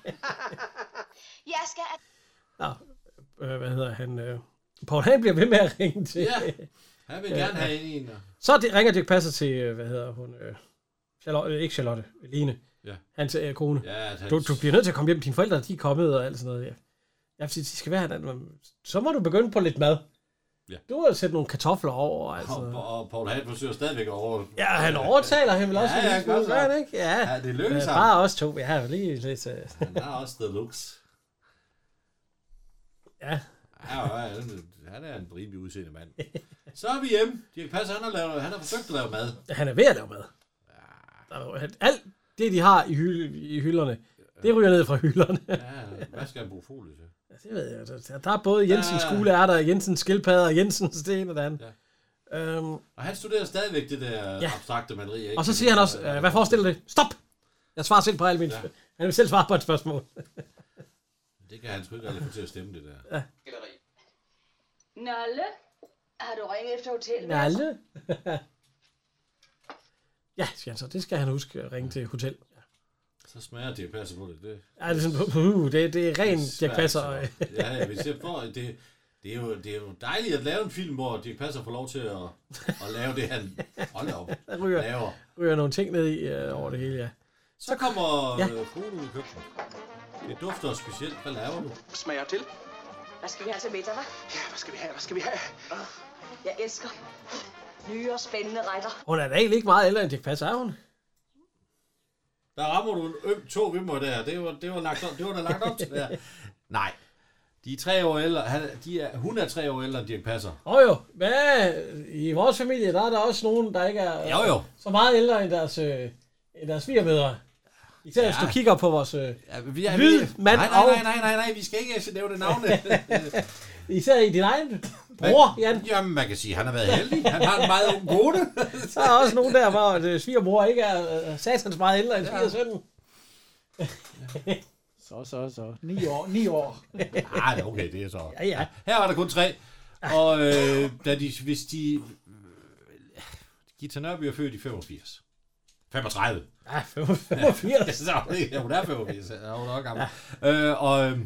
Jeg skal... Nå, øh, hvad hedder han? Øh, Poul Hagen bliver ved med at ringe til... Ja, han vil gerne have en. Så det, ringer Dirch Passer til, hvad hedder hun? Øh, Charlotte, øh, ikke Charlotte, Line. Ja. Hans øh, kone. Ja, hans... du, du bliver nødt til at komme hjem. Dine forældre, de er kommet og alt sådan noget. Ja, ja fordi de skal være her. Så må du begynde på lidt mad. Ja. Du har sætte nogle kartofler over, altså. Og, og Paul Hagen forsøger stadigvæk over. Ja, han overtaler ham vel også. Ja, ja, godt så. Ikke? Ja. Ja, det lykkes ham. Bare os to, vi har lige lidt... Uh... Han har også the looks. Ja. Ja, ja, han er en rimelig udseende mand. Så er vi hjemme. Dirch Passer, han har, lavet, han har forsøgt at lave mad. Han er ved at lave mad. Ja. Alt det, de har i, hy- i hylderne, det ryger ned fra hylderne. Ja, hvad skal han bruge folie til? Ja, det ved jeg. Der, der er både Jensens ja. Skuleærter, Jensens skildpadder og Jensens det ene og det andet. Ja. Øhm, og han studerer stadigvæk det der ja. abstrakte maleri. Ikke? Og så siger han også, øh, hvad forestiller det? Stop! Jeg svarer selv på alle mine... Ja. Han vil selv svare på et spørgsmål. Det kan han sgu ikke aldrig få til at stemme, det der. Ja. Nalle, har du ringet efter hotellet? Nalle? Ja, siger han så. Det skal han huske at ringe til hotel. Ja. Så smager Dirch Passer på det. det. Ja, det er sådan, uh, det, det er ren Dirch Passer. Ja, ja, hvis jeg får, det, det, er jo, det er jo dejligt at lave en film, hvor Dirch Passer får lov til at, at lave det, han holder op. Der ryger, laver. ryger nogle ting ned i uh, over det hele, ja. Så kommer ja. fruen ud i køkkenet. Det dufter specielt. Hvad laver du? Smager til. Hvad skal vi have til middag, hva'? Ja, hvad skal vi have? Hvad skal vi have? Jeg elsker nye og spændende retter. Hun er da egentlig ikke meget ældre end Dirch Passer, er hun? Der rammer du en øm to ved mig der. Det var, det var, lagt op, det var der lagt op til der. Nej. De er tre år ældre. Han, de er, hun er tre år ældre end Dirch Passer. Åh oh, jo. Hvad? I vores familie, der er der også nogen, der ikke er jo, jo. så meget ældre end deres, øh, end deres svigermødre. Især ja. Hvis du kigger på vores øh, ja, vi er, lyd, vi, mand nej, nej, nej, nej, nej, nej, vi skal ikke nævne navne. Især i din egen bror, Jan. Jamen, man kan sige, at han har været heldig. Han har en meget ung kone. Så er også nogen der, hvor øh, svigermor ikke er øh, satans meget ældre end svigersønnen. så, så, så. Ni år, ni år. Nej, okay, det er så. Ja, ja. Her var der kun tre. Og øh, da de, hvis de... Gita Nørby er født i femogfirs. femogtredive. Ja, femogfirs. Så, ja, hun er femogfirs. Ja, hun er også gammel. Ja. Øh, og øh,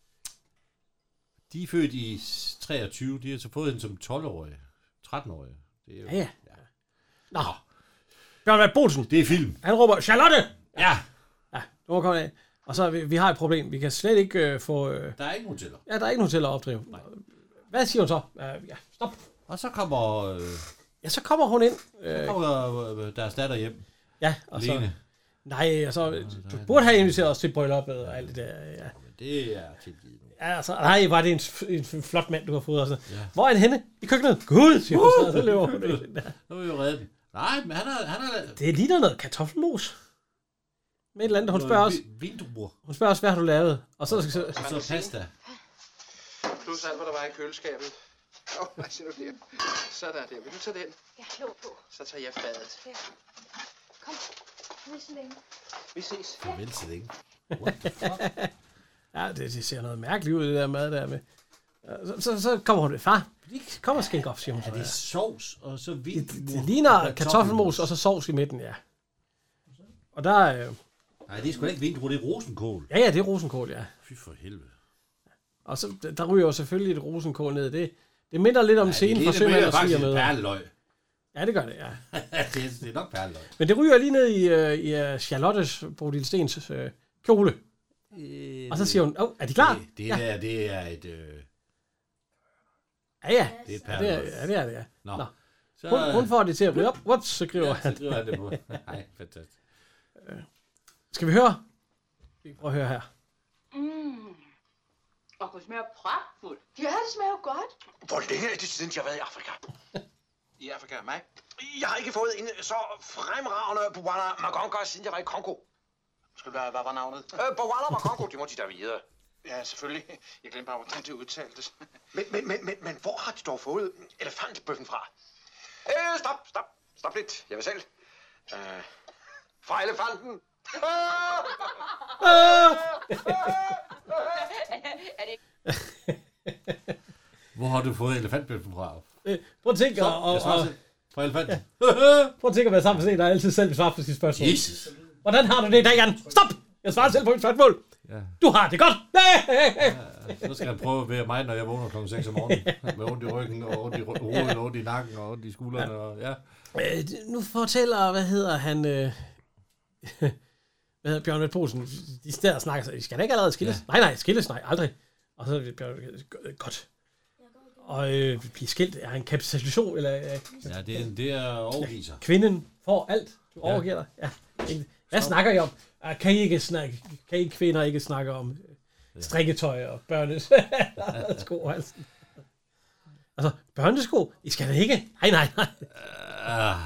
de er født i treogtyve. De har så fået hende som tolv-årige. tretten-årige. Det er jo, ja, ja. Nå. Bjørn Bolsen. Det er film. Han råber, Charlotte! Ja. Ja, nu må komme af. Og så vi, vi har et problem. Vi kan slet ikke øh, få... Øh... Der er ikke hoteller. Ja, der er ikke hoteller at opdrive. Nej. Hvad siger hun så? Uh, ja, stop. Og så kommer... Øh... Ja, så kommer hun ind. Så kommer øh, deres datter hjem. Ja, og Lene. så... Nej, og så... Du burde have inviteret os til brylluppet og alt det der. Ja. Men det er tilgivet. Ja, altså... Nej, var det en, en flot mand, du har fået. Og sådan. Ja. Hvor er han henne? I køkkenet. Gud, siger hun så. Så løber hun ind der. Nu er vi jo reddet. Nej, men han har... Han har... Det ligner noget kartoffelmos. Med et eller andet. Hun spørger også... Vindruer. Hun spørger også, hvad har du lavet? Og så... Så, så, så pasta. Plus alt, hvad der var i køleskabet. Åh, oh, hvad siger du der? Sådan der. Vil du tage den? Jeg slår på. Så tager jeg fadet. Ja. Kom. Vi så længe. Vi ses. Farvel så længe. Ja, det, det ser noget mærkeligt ud, det der mad der med. Så, så, så kommer hun med, far, kom og skænk op, siger hun så. Er det sovs og så vildt? Det, det ligner kartoffelmos og så sovs i midten, ja. Og der er... Øh... Nej, det er sgu da ikke vindruer, det er rosenkål. Ja, ja, det er rosenkål, ja. Fy for helvede. Og så der ryger jo selvfølgelig et rosenkål ned. Det, det minder lidt om en scene fra Sømand og Svigermødre. Det er faktisk perleløg. Ja, det gør det, ja. det, er, det er nok perleløg. Men det ryger lige ned i, uh, i uh, Charlottes Bodil Stens uh, kjole. Øh, og så siger hun, åh, oh, er de klar? Det, det, ja. der, det er et... Øh... Ja, ja. Det er et perleløg. Ja, det er det, ja. Nå. Nå. Så, hun, hun får det til at ryge op. Whoops, så skriver ja, han. så skriver han det på. Nej, fantastisk. Uh, skal vi høre? Vi prøver at høre her. Mm. Og det smager pragtfuldt. Ja, det smager jo godt. Hvor længe er det siden, jeg har været i Afrika? I Afrika, mig? Jeg har ikke fået en så fremragende Bwana Magonga, siden jeg var i Kongo. Skal hvad, hvad var navnet? Øh, Bwana Magonga, det må de da vide. Ja, selvfølgelig. Jeg glemte bare, hvordan det udtaltes. men, men, men, men, men hvor har de dog fået elefantbøffen fra? Øh, stop, stop, stop lidt. Jeg vil selv. Øh, fra elefanten. Hvor har du fået elefantbøffen fra? Øh, prøv at tænke og, og, og, fra elefanten. Ja. Prøv at tænke at være sammen med en, der altid selv svarer på sit spørgsmål. Jesus. Hvordan har du det i dag, Jan? Stop! Jeg svarer selv på mit spørgsmål. Ja. Du har det godt. Ja, så skal han prøve ved mig, når jeg vågner klokken seks om morgenen. Med ondt i ryggen, og ondt i hovedet, og ondt i nakken, og ondt i skuldrene. Ja. Og, ja. Øh, nu fortæller, hvad hedder han... Øh, hvad hedder Bjørn Mette Poulsen? De steder snakker sig. I skal da ikke allerede skilles? Ja. Nej, nej, skilles, nej, aldrig. Og så er det Bjørn... Godt. og øh, bliver skilt er en kapitulation, eller... Øh, ja, det er, det er overgiver. Kvinden får alt, du overgiver dig. Ja. Hvad snakker I om? Kan I ikke snakke, kan I kvinder ikke snakke om strikketøj og børnes sko? Altså. altså, børnesko? I skal da ikke? Nej, nej, nej. Uh.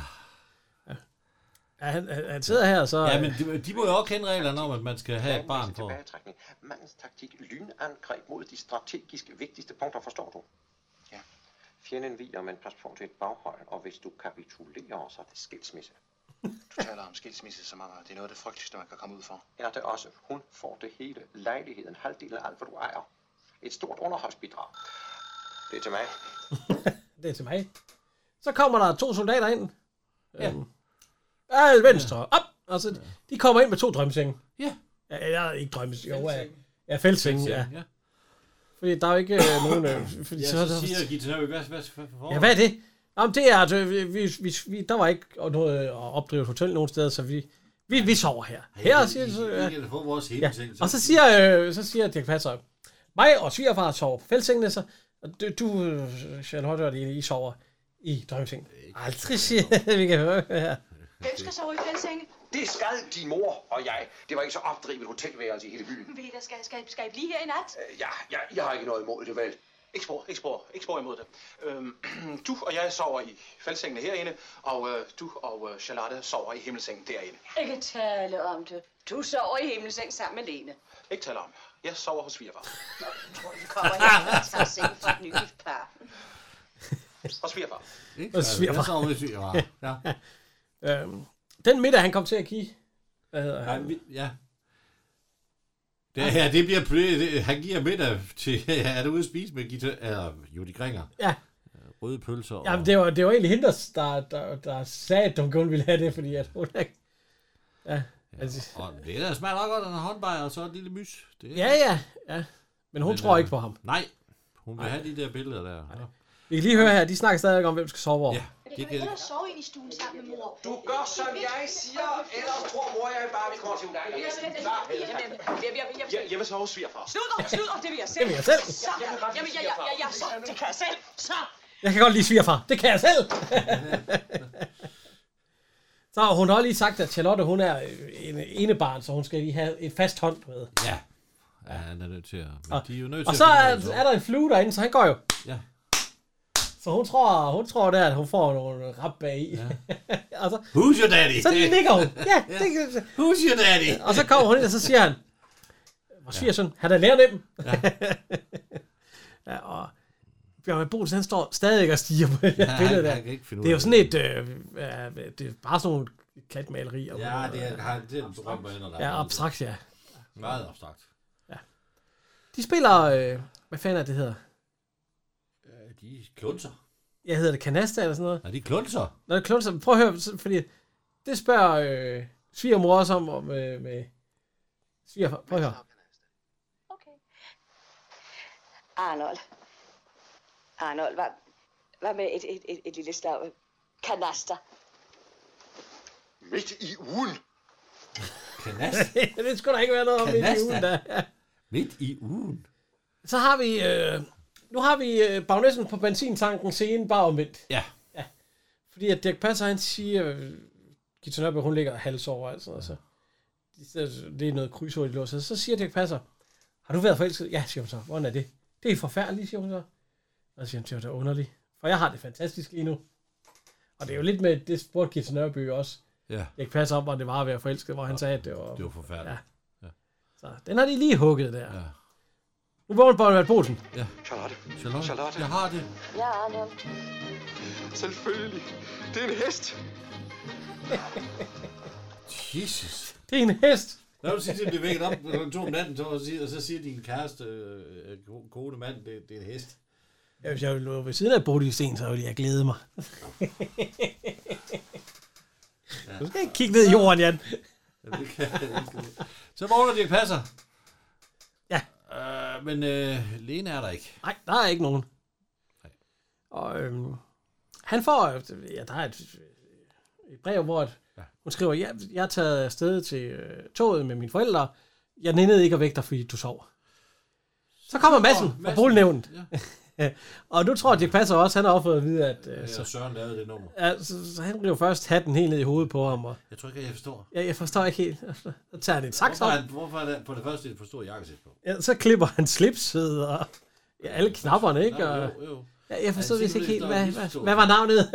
Ja, han, han sidder her, så... Ja, men de, de må jo også kende reglerne om, at man skal have et barn for. Mandens taktik, lynangreb mod de strategisk vigtigste punkter, forstår du? Ja. Fjenden viger, men pas på til et baghold, og hvis du kapitulerer, så er det skilsmisse. Du taler om skilsmisse som om, det er noget af det frygteligste, man kan komme ud for. Er det også. Hun får det hele. Lejligheden, halvdelen af alt, hvad du ejer. Et stort underholdsbidrag. Det er til mig. Det er til mig. Så kommer der to soldater ind. Ja. Øhm, ja, venstre. Op! Og så, de kommer ind med to drømmesenge. Ja. Ja, jeg er ikke drømmesenge. Jo, ja. Ja, fældsenge, ja. ja. Fordi der er jo ikke øh, nogen... Øh, fordi, ja, så, så siger Gita Nørby, hvad, hvad, hvad, hvad ja, hvad er det? Jamen, det er, at vi, vi, vi, der var ikke noget at opdrive et hotel nogen steder, så vi, vi, vi sover her. Her, hey, siger så, ja. ja. Og så siger, øh, så siger Dirch Passer, mig og svigerfar sover på fældsengene, så og du, du Charlotte og det, I sover i drømmesengen. Aldrig siger vi kan høre her. Hvem skal sove i fældsenge? Det skal din mor og jeg. Det var ikke så opdrivet hotelværelse i hele byen. Ved I, der skal, skal, skal I blive her i nat? Øh, ja, ja, jeg har ikke noget imod det, vel? Ikke spor, ikke spor, ikke spor imod det. Øhm, du og jeg sover i fældsengene herinde, og øh, du og øh, Charlotte sover i himmelsengen derinde. Ikke tale om det. Du sover i himmelseng sammen med Lene. Ikke tale om. Jeg sover hos svigerfar. Jeg tror, vi kommer her og tager seng for et nygift par. Og svigerfar. Og svigerfar. Jeg sover hos svigerfar. Ja. øhm, den middag, han kom til at give. Hvad hedder han? Ja. ja. Det, her, det bliver det, han giver middag til, ja, er du ude at spise med Gita, eller Judy Gringer? Ja. Røde pølser. Og... Jamen, det var, det var egentlig hende, der, der, der sagde, at hun kun ville have det, fordi at hun ikke... Ja. Altså... Ja, og det der smager nok godt, en håndbajer og så et lille mys. Det er... Ja, ja, ja. Men hun Men, tror øh, ikke på ham. Nej, hun vil Nej. have de der billeder der. Ja. Vi kan lige høre her, de snakker stadig om, hvem skal sove hvor. Ja. Det kan ellers sove ind i stuen sammen med mor. Du gør, som jeg siger, ellers tror mor, jeg bare, vi kommer til dig. Jeg vil sove hos svigerfar. Slutter, slutter, det vil jeg selv. Det vil jeg selv. Så, jamen, jeg, jeg, jeg, jeg, så, det kan jeg selv. Så. Jeg kan godt lide svigerfar. Det kan jeg selv. Så hun har lige sagt, at Charlotte, hun er en enebarn, så hun skal lige have et fast hånd med. Ja. Ja, han er nødt til at... Og, de er jo nødt og til så at er, er der en flue derinde, så han går jo. Ja. Så hun tror, hun tror der, at hun får nogle rap bag i. Ja. Og så, Who's your daddy? Så ligger hun. Ja, ja. Det, Who's your daddy? Og så kommer hun ind, og så siger han, vores svigersøn, han er lærer dem. Ja. Ja, og Bjørn Boelsen, han står stadig og stiger på det ja, billede der. Det er jo sådan et, øh, ja, det er bare sådan nogle klatmalerier. Ja, det er, det er en drøm, der ja, abstrakt, ja. Meget abstrakt. Ja. De spiller, øh, hvad fanden er det hedder? De klunser. Jeg hedder det kanasta eller sådan noget. Nej, de klunser. Nå, det klunser. Prøv at høre, fordi det spørger øh, svigermor også om, om øh, med svigerfar. Prøv at høre. Okay. Arnold. Arnold, hvad, hvad med et, et, et, et lille slag kanaster? Midt i ugen. Kanasta? Det skulle der ikke være noget om midt i ugen. Der. Ja. Midt i ugen? Så har vi... Øh, Nu har vi øh, bagnessen på benzintanken scenen bare omvendt. Ja. Ja. Fordi at Dirch Passer, han siger, øh, Gita Nørby, hun ligger hals over, altså. Ja. altså. Det er noget krydsord, de låser. Så siger Dirch Passer, har du været forelsket? Ja, siger hun så. Hvordan er det? Det er forfærdeligt, siger hun så. Og så siger hun, det er underligt. For jeg har det fantastisk lige nu. Og det er jo lidt med, det spurgte Gita Nørby også. Ja. Dirch Passer om, hvor det var at være forelsket, hvor han sagde, at det var... Det var forfærdeligt. Ja. Ja. Så den har de lige hugget der. Ja. Nu vågner Bjørn Boelsen. Ja. Charlotte. Charlotte. Charlotte. Jeg har det. Ja, Arnold. Selvfølgelig. Det er en hest. Jesus. Det er en hest. Lad du sige, at det vækket op klokken to om natten, og så siger din kæreste, øh, kone mand, det, det er en hest. Ja, hvis jeg lå ved siden af Bodil Sten, så ville jeg glæde mig. Ja. Du skal ikke kigge ned i jorden, Jan. Ja, det kan jeg. Så vågner Dirch Passer. Ja. Øh, men øh, Lene er der ikke. Nej, der er ikke nogen. Nej. Og øhm, han får, ja, der er et, et brev, hvor et, ja. hun skriver, jeg, jeg er taget afsted til øh, toget med mine forældre. Jeg nændede ikke at vække dig, fordi du sov. Så kommer Madsen fra bolignævnet. Ja. Og nu tror jeg, Dirch Passer også, han har også fået at vide, at... Ja, så Søren lavede det nummer. Ja, så, så han river først hatten helt ned i hovedet på ham. Og, jeg tror ikke, jeg forstår. Ja, jeg forstår ikke helt. Så tager han et saks op. Hvorfor, hvorfor er det på det første et for stor jakkesæt på? Ja, så klipper han slipset og ja, alle knapperne, ikke? Og, jo, jo. Ja, jeg forstod vist ikke helt, hvad, hvad, hvad var navnet?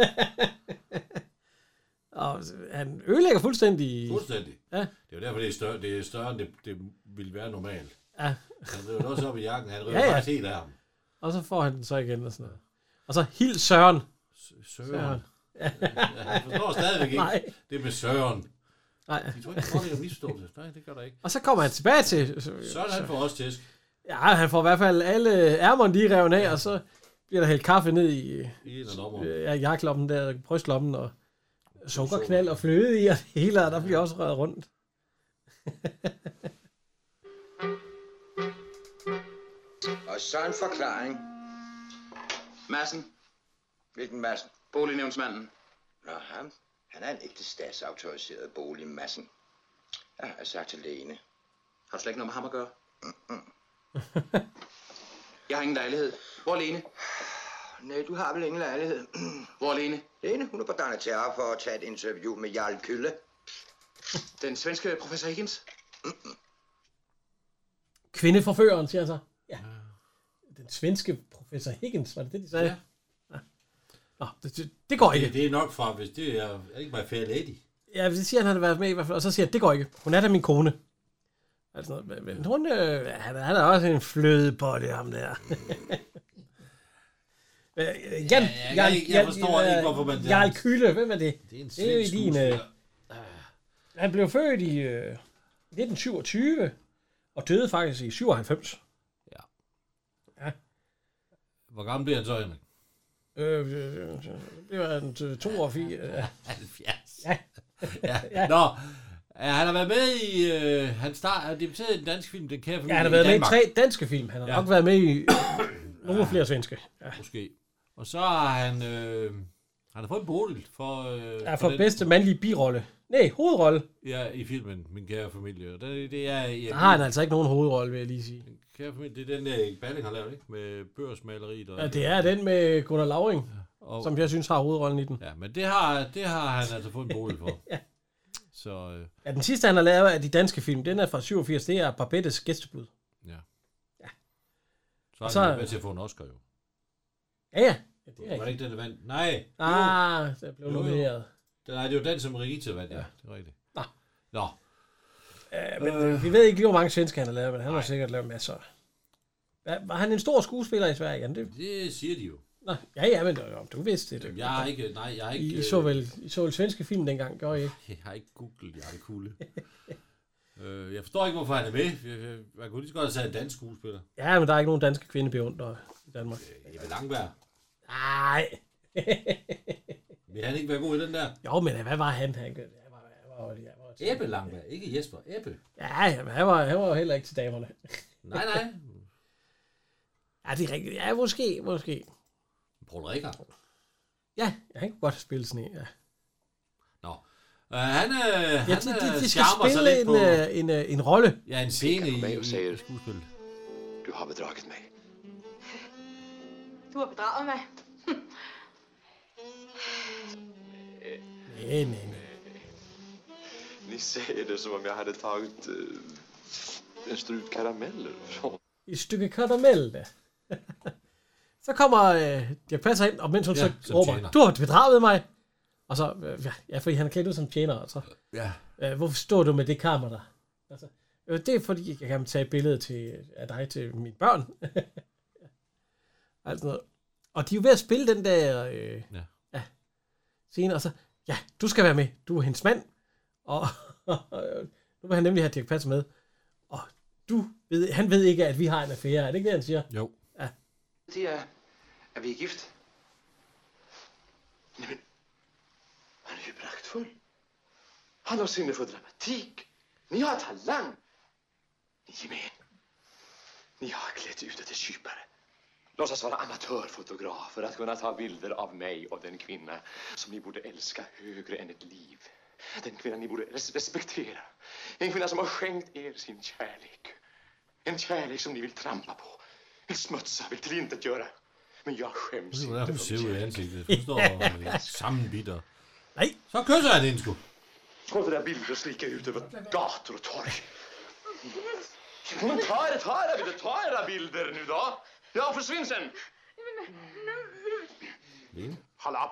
Og han ødelægger fuldstændig... Fuldstændig. Ja. Det er jo derfor, det er større, det er større end det, det ville være normalt. Ja. Han river også op i jakken, han river ja, ja. faktisk helt af ham. Og så får han den så igen og sådan noget. Og så hils Søren. Søren. Søren. Ja, han forstår stadigvæk ikke. Nej. Det med Søren. Nej. Jeg tror ikke, det er misforståelse. Nej, det gør der ikke. Og så kommer han tilbage til... Søren, han får også tæsk. Ja, han får i hvert fald alle ærmerne lige revet af, og så bliver der hældt kaffe ned i... I en af lommer. Ja, jakkelommen der, brystlommen, og sukkerknald og fløde i, og det hele, og der bliver også røret rundt. Og så en forklaring. Madsen. Hvilken Madsen? Bolignævnsmanden. Nå, ham. Han er en ægte statsautoriseret bolig, Madsen. Ja, jeg har sagt til Lene. Har du slet ikke noget med ham at gøre? Mm-mm. Jeg har ingen lejlighed. Hvor er Lene? Nej, du har vel ingen lejlighed. Hvor er Lene? Lene, hun er på Danneterre for at tage et interview med Jarl Kylle. Den svenske professor Higgins? Mm-mm. Kvindeforføreren, siger han så. Ja. Den svenske professor Higgins, var det det, de sagde? Ja. Ja. Nå, det, det, det går ikke. Det, det er nok fra, hvis det er, er ikke My Fair Lady. Ja, det siger han, han har været med i hvert fald. Og så siger han, det går ikke. Hun er da min kone. Altså, men hun, øh, han, han er også en flødebolle, ham der. Jan, ja, ja, jeg, jeg forstår Jan, ikke, hvorfor man... Jarl Kylle, hvem er det? Det er en det er jo din, øh, han blev født i øh, nitten syvogtyve, og døde faktisk i syvoghalvfems. Ja. Ja. Hvor gammel bliver han så, Henrik? Øh, øh, det var en toogfirs. Øh. halvfjerds. Ja. ja. ja. Nå, han har været med i... Øh, han start, har debuteret i den danske film, Den kære familie. Ja, han har været med i tre danske film. Han har ja. nok været med i nogle flere svenske. Ja. Måske. Og så har han... Øh, han har fået en Bodil for... Øh, ja, for, for bedste mandlige birolle. Nej, hovedrolle. Ja, i filmen Min kære familie. Og det, det er... Ja, der har han altså ikke nogen hovedrolle, vil jeg lige sige. Den kære familie, det er den der Balling har lavet, ikke? Med børsmaleriet. Og ja, det er den med Gunnar Lauring, ja. og, som jeg synes har hovedrollen i den. Ja, men det har, det har han altså fået en Bodil for. ja. Så, øh. Ja, den sidste, han har lavet af de danske film, den er fra syvogfirs, det er Barbettes Gæstebud. Ja. Ja. Så er så, han med til at få en Oscar, jo. Ja, ja. Ja, det er var det ikke den, der vandt? Nej. Ah, det blev nomineret. Nej, det var den, som Rigitte vandt, ja. Det er rigtigt. Nå. Nå. Uh, men øh. vi ved ikke lige, hvor mange svensker han har lavet, men han har sikkert lavet masser. Var han en stor skuespiller i Sverige? Jamen, det... det siger de jo. Nå, ja, ja, men du vidste det. Jeg har ikke, nej, jeg har ikke... I, I så vel, I så vel svenske film dengang, gjorde I ikke? Jeg har ikke googlet, jeg er kugle. øh, jeg forstår ikke, hvorfor han er med. Jeg, jeg kunne lige så godt have sagt en dansk skuespiller. Ja, men der er ikke nogen danske kvindebeundrere i Danmark. Øh, Ebbe Langberg. Nej. Vil han ikke være god i den der? Jo, men hvad var han? Han var, var, var, var Ebbe Langberg, ikke Jesper. Ebbe. Ja, men han var, han var jo heller ikke til damerne. nej, nej. Ja, det er rigtigt. Ja, måske, måske. Paul Rikker. Ja, han kunne godt have spillet sådan en, ja. Nå. Uh, han uh, ja, han de, de, de skal spille en, på... en, en, en rolle. Ja, en scene i, i skuespillet. Du har bedraget mig. Du har bedraget mig. nej, nej, nej. Ni säger det som om jag hade tagit uh, en strut karameller. Et stykke karamell, da. Så kommer øh, Dirch Passer ind, og mens hun ja, så råber, du har bedraget mig. Og så, øh, ja, fordi han er klædt ud som tjener, og så, ja. øh, hvorfor står du med det kamera der? Altså, øh, det er fordi, jeg kan tage et billede til, af dig til mine børn. altså noget. Og de er jo ved at spille den der øh, ja. Ja, scene, og så, ja, du skal være med, du er hendes mand, og nu vil han nemlig have Dirch Passer med, og du ved, han ved ikke, at vi har en affære, er det ikke det, han siger? Jo. Ja. Det er, at vi er gift. Nej, men han er ju praktfull. Han har sinne för dramatik. Ni har talang. Ni är med. Ni har klätt ut till kypare. Låtsas vara amatörfotograf för att kunna ta bilder av mig och den kvinna som ni borde älska högre än ett liv. Den kvinna ni borde respektera. En kvinna som har skänkt er sin kärlek. En kärlek som ni vill trampa på. Vill smutsa, vill tillintetgöra. Men jeg skäms Hvordan inte hun för ser mitt ud i kärlek. ansigtet. Hun står sammenbitter. Nej. Så kysser han hende sgu. Tror du, der er bilder slikker ut över gator och torg? Men ta det, ta det, vill du ta era bilder nu då? Ja, försvinn sen. Lene? Hold op.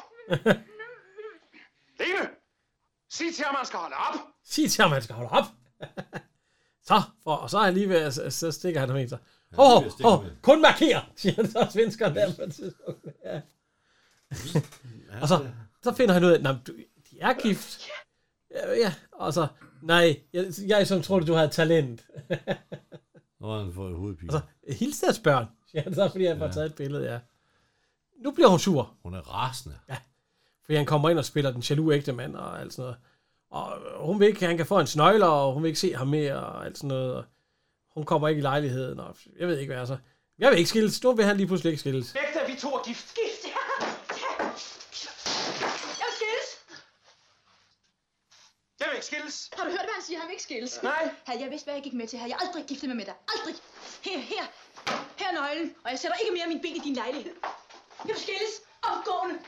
Lene! Sig til ham, han skal holde op. Sig til ham, han skal holde op. Så, for, og så er han lige ved, at så stikker han ham ind. Så. Hov, hov, hov, kun marker, siger han så svenskeren der på et tidspunkt. Ja. Og så, så finder han ud af, at de er gift. Ja, ja, og så, nej, jeg, jeg som troede, du havde talent. Nu har han fået et hovedpige. Og så, hils deres børn, siger han så, fordi han får taget et billede, ja. Nu bliver hun sur. Hun er rasende. Ja, fordi han kommer ind og spiller den jaloux ægte mand og alt sådan noget. Og hun vil ikke, han kan få en snøgler, og hun vil ikke se ham mere og alt sådan noget. Og hun kommer ikke i lejligheden, og jeg ved ikke hvad altså. Jeg vil ikke skilles. Nu vil han lige pludselig ikke skilles. Begge vi to er gift. Gift, ja. Jeg vil skilles. Jeg vil ikke skilles. Har du hørt, hvad han siger? Han vil ikke skilles. Nej. Havde jeg vidst, hvad jeg gik med til, havde jeg aldrig giftet mig med dig. Aldrig. Her, her. Her er nøglen, og jeg sætter ikke mere min ben i din lejlighed. Jeg vil skilles. Omgående.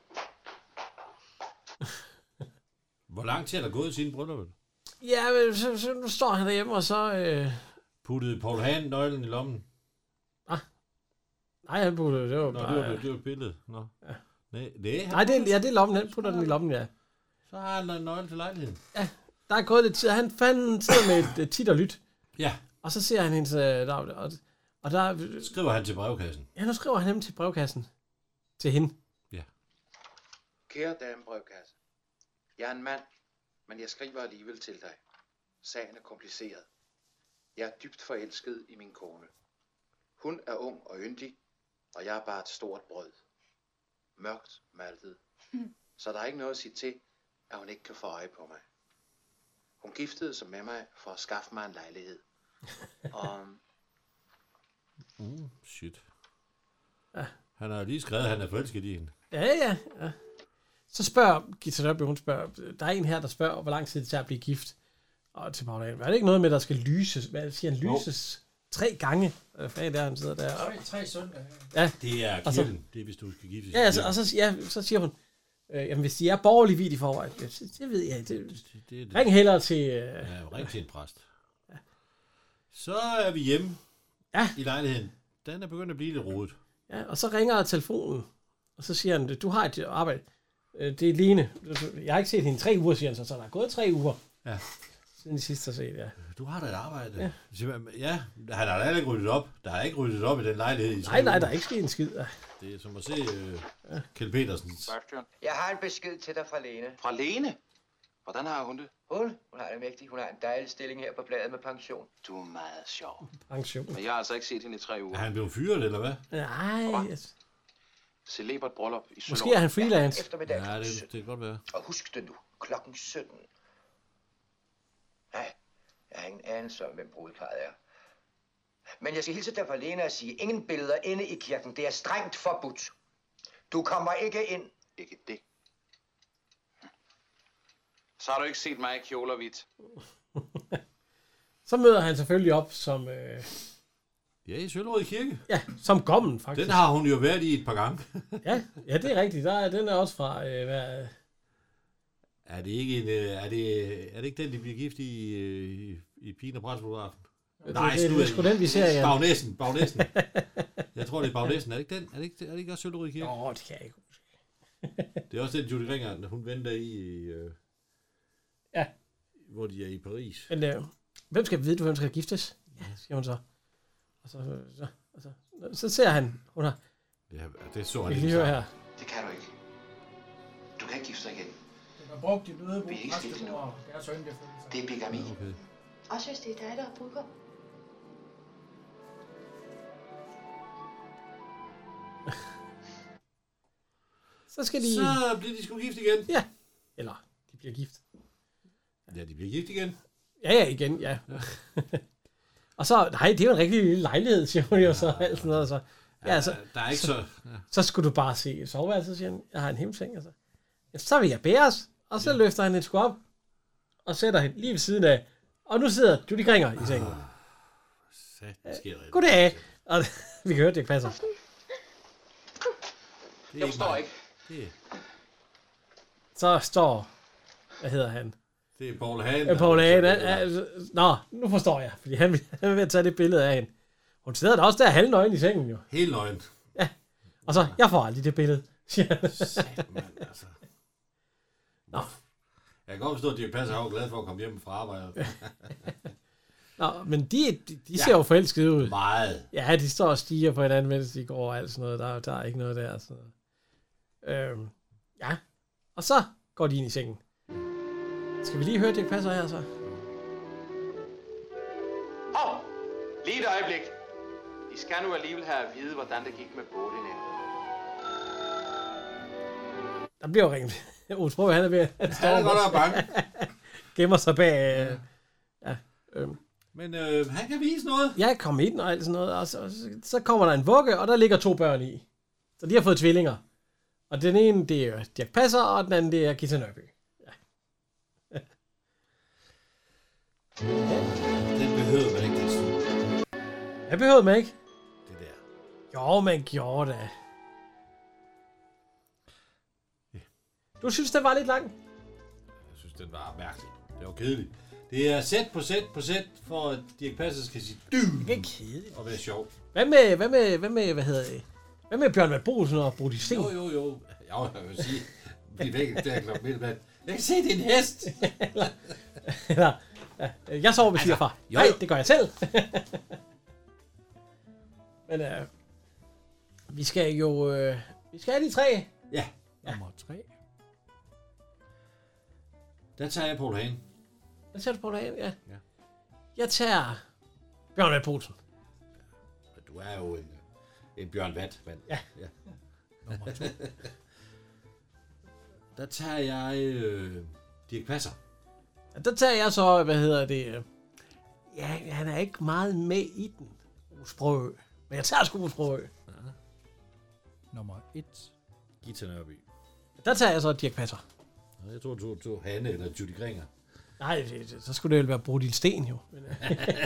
Hvor lang tid er der gået siden brylluppet? Ja, men så, så nu står han derhjemme, og så... Øh... Puttede Paul Hahn nøglen i lommen? Ah. Nej, han puttede, det var Nå, bare... det var, det var et billede. Nå. Ja. Nej, det er Nej, det er, ja, det er lommen. Han putter den i lommen, ja. Så har han en nøgle til lejligheden. Ja, der er gået lidt tid. Han fandt sidder med et, et tit og lyt. Ja. Og så ser han hendes... Øh, der, og, og der... Skriver han til brevkassen? Ja, nu skriver han dem til brevkassen. Til hende. Ja. Kære dame brevkasse. Jeg er en mand, men jeg skriver alligevel til dig. Sagen er kompliceret. Jeg er dybt forelsket i min kone. Hun er ung og yndig, og jeg er bare et stort brød. Mørkt maltet. Så der er ikke noget at sige til, at hun ikke kan få øje på mig. Hun giftede sig med mig for at skaffe mig en lejlighed. Og... Uh, shit. Ja. Han har lige skrevet, at han er forelsket i hende. Ja, ja, ja. Så spørger Gita Nørby, hun spørger, der er en her, der spørger, hvor lang tid det tager at blive gift. Og til Paul Hahn, er det ikke noget med, der skal lyses? Hvad siger han? Lyses oh. tre gange? Hvad fanden der, han sidder der? Tre, tre søndage. Ja. Det er Og så- kirken. Det er, hvis du skal giftes. Ja, altså, og så, ja, så siger hun, øh, jamen hvis de er borgerlig vidt i forvejen, det, det ved jeg, det, det, det, det. ring hellere til... Øh, Ja, ring til en præst. Ja. Så er vi hjemme ja. i lejligheden. Den er begyndt at blive lidt rodet. Ja, og så ringer telefonen, og så siger han, du har et arbejde. Øh, Det er Lene. Jeg har ikke set hende i tre uger, siger han så, så der er gået tre uger. Ja. Siden de sidste har set, ja. Du har da et arbejde. Ja. Ja, ja han har da ikke ryddet op. Der er ikke ryddet op i den lejlighed. I tre Nej, nej, uger. der er ikke sket en skid. Det er som at se uh, Kjeld Petersens. Jeg har en besked til dig fra Lene. Fra Lene? Hvordan har hun det? Hun? Hun har det mægtigt. Hun har en dejlig stilling her på bladet med pension. Du er meget sjov. Pension. Men jeg har altså ikke set hende i tre uger. Er han blevet fyret, eller hvad? Nej. Yes. Celebert bryllup i Sølund. Måske er han freelance. Ja, eftermiddag. Ja, det, det kan godt være. Og husk det nu. Klokken sytten. Nej, jeg har ingen anelse om, hvem brudeparret er. Men jeg skal hilse dig fra Lene og sige, ingen billeder inde i kirken. Det er strengt forbudt. Du kommer ikke ind. Ikke det. Så har du ikke set mig i kjoler hvidt. Så møder han selvfølgelig op som... Øh, Ja, i Søllerød Kirke. ja, som gommen, faktisk. Den har hun jo været i et par gange. Ja, ja, det er rigtigt. Der er, den er også fra... Øh, hvad, Er det ikke en, øh, er det, er det ikke den, de bliver gift i, øh, i, i Pigen og Presfotografen? det, det, det, det er sgu den, vi ser, ja. Bagnæssen, Bagnæssen. Jeg tror, det er Bagnæssen. Er det ikke den? Er det ikke, er det ikke også Søllerød Kirke? Åh, det kan jeg ikke huske. Det er også den, Judy Ringer, hun venter i, øh, Ja. hvor de er i Paris. Men øh, hvem skal vide, du, hvem skal giftes? Ja, siger hun så. Og så, så, og så, så ser han, hun har... Ja, det så han Vi kan ikke lige høre sammen. her. Det kan du ikke. Du kan ikke gifte dig igen. Den har brugt dit nødebo, Vi er ikke skilt endnu. og deres øjne bliver følt. Det er bigami. Okay. Også hvis det er dig, der er brudgom. Så skal de... Så bliver de sgu gift igen. Ja. Eller, de bliver gift. Ja, de bliver gift igen. Ja, ja, igen, ja. Og så, nej, det er jo en rigtig lille lejlighed, siger hun jo så, alt sådan noget, så. Ja, så, der er ikke så, så... Ja. Så skulle du bare se soveværelset, siger han, jeg har en hemseng, altså. Ja, så vil jeg bæres, og så ja. løfter han et sgu op, og sætter hende lige ved siden af, og nu sidder Judy Gringer i sengen. Ah, sat, sker der. Goddag. Og vi kan høre, det ikke passer. Kom Jeg forstår ikke. Det er... Så står... Hvad hedder han? Det er Paul Hagen. Ja, Paul Hagen. Han, han, nå, nu forstår jeg. Fordi han, han er ved at tage det billede af hende. Hun sidder da også der halvnøgen i sengen, jo. Helt nøgen. Ja. Og så, jeg får aldrig det billede. Satan, altså. Nå. Jeg kan godt forstå, at Dirch Passer er glad for at komme hjem fra arbejde. Nå, men de, de, de ser ja. jo forelskede ud. Meget. Ja, de står og stiger på hinanden, mens de går og alt sådan noget. Der, der er ikke noget der. Så. Øhm, ja. Og så går de ind i sengen. Skal vi lige høre Dirch Passer her, så? Hov! Lige et øjeblik. I skal nu alligevel have at vide, hvordan det gik med Bodil. Der bliver jo ringet. Ole Sprogøe, han er ved at Han er godt nok bange. Gemmer sig bag... Øh, ja, øhm. Men øh, han kan vise noget. Jeg kom ind og alt sådan noget, og så, så kommer der en vugge, og der ligger to børn i. Så de har fået tvillinger. Og den ene, det er Dirch Passer, og den anden, det er Githa Nørby. Ja. Den behøvede man ikke, det stod. Det behøvede man ikke. Det der. Jo, man gjorde det. Du synes, den var lidt lang? Jeg synes, den var mærkelig. Det var kedeligt. Det er sæt på sæt på sæt, for at Dirch Passer skal sige du. Det er kedeligt. Og være sjov. Hvad med, hvad med, hvad med, hvad hedder det? Hvad med Bjørn Vald Boelsen og Bodil Sten? Jo, jo, jo. Jo, jeg vil sige, vi er væk der klokken midt, men jeg kan se, det er en hest. Eller, ja, jeg sover med Altså, svigerfar. jo, Nej, jo. det gør jeg selv. Men øh, vi skal jo, øh, vi skal have de tre. Ja. Nummer tre. Der tager jeg Paul Hagen. Der tager du Paul Hagen, ja. Ja. Jeg tager Bjørn Vald Boelsen. Du er jo en, en Bjørn Vat, mand. Ja. ja. Nummer to. Der tager jeg øh, Dirch Passer. Ja, der tager jeg så, hvad hedder det? øh, Ja, han er ikke meget med i den. Ole Sprogøe. Men jeg tager sgu Ole Sprogøe. Ja. Nummer et. Githa Nørby. Der tager jeg så Dirch Passer. Jeg tror, du tog Hanne eller Judy Gringer. Nej, det, det, så skulle det jo være Bodil Sten, jo. Men, øh.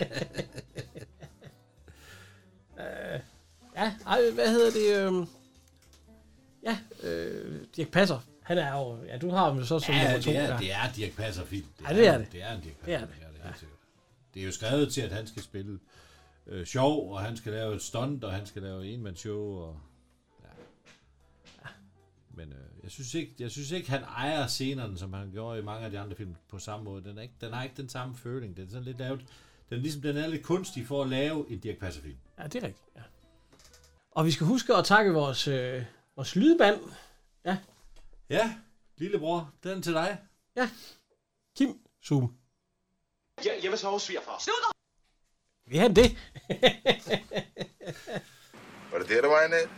øh, ja, ej, hvad hedder det? Øh, ja, øh, Dirch Passer. Han er jo... Ja, du har ham jo så som ja, nummer to. det er, ja. det er Dirch Passer film. Ja, det er det. Det er en Dirch Det er Passer. det. Det er det, helt sikkert. Det er jo skrevet til, at han skal spille øh, sjov, og han skal lave et stunt, og han skal lave enmandsshow, og... Ja. Ja. Men øh, jeg synes ikke, jeg synes ikke, han ejer scenerne, som han gjorde i mange af de andre film på samme måde. Den, er ikke, den har ikke den samme føling. Den er sådan lidt lavet... Den er, ligesom, den er lidt kunstig for at lave en Dirch Passer film. Ja, det er rigtigt. Ja. Og vi skal huske at takke vores, øh, vores lydband. Ja. Ja, lillebror, den er til dig. Ja. Kim, zoom. Ja, jeg vil så hos svigerfar. Slut! Vi har det. Var det det, der var, Annette?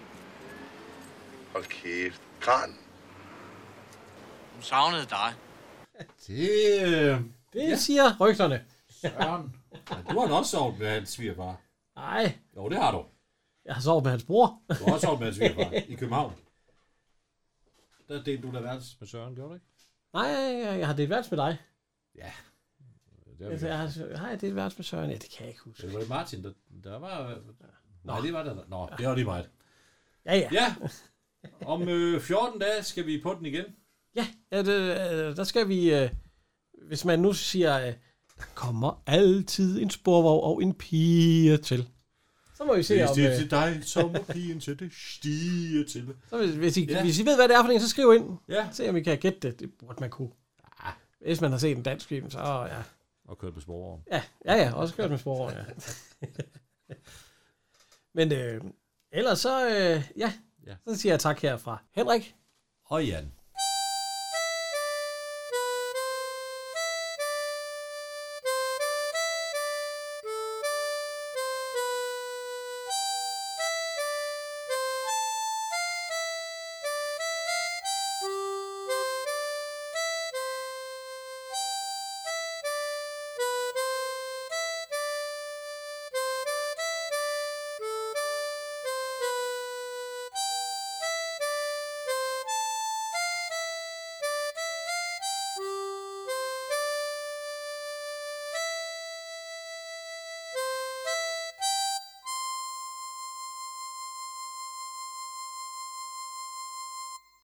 Hold kæft. Kran. Hun savnede dig. Det, øh, det ja. siger rygterne. Søren. Ja, du har også sovet med hans svigerfar. Nej. Jo, det har du. Jeg har sovet med hans bror. Du har også sovet med hans svigerfar i København. Der delte du da værelse med Søren, gjorde du ikke? Nej, jeg har delt værelse med dig. Ja. Det altså, jeg har, har jeg delt værelse med Søren? Ja, det kan jeg ikke huske. Det var det Martin, der, der var... Nej, det var der. Nå, det var lige meget. Ja, ja. Ja. Om øh, fjorten dage skal vi på den igen. Ja, ja det, øh, der skal vi... Øh, hvis man nu siger, øh, der kommer altid en sporvogn og en pige til. Så må vi se hvis om... det er øh, til dig, så må pigen til det stige til. Så hvis, hvis, I, Ja. hvis I ved, hvad det er for en, så skriv ind. Ja. Se om I kan gætte det. Det burde man kunne. Ah. Hvis man har set en dansk film, så ja. Og kørt med sporvogn. Ja, ja, ja. Også kørt med sporvogn, ja. Men øh, ellers så, øh, ja. Ja. Så siger jeg tak her fra Henrik. Og Jan.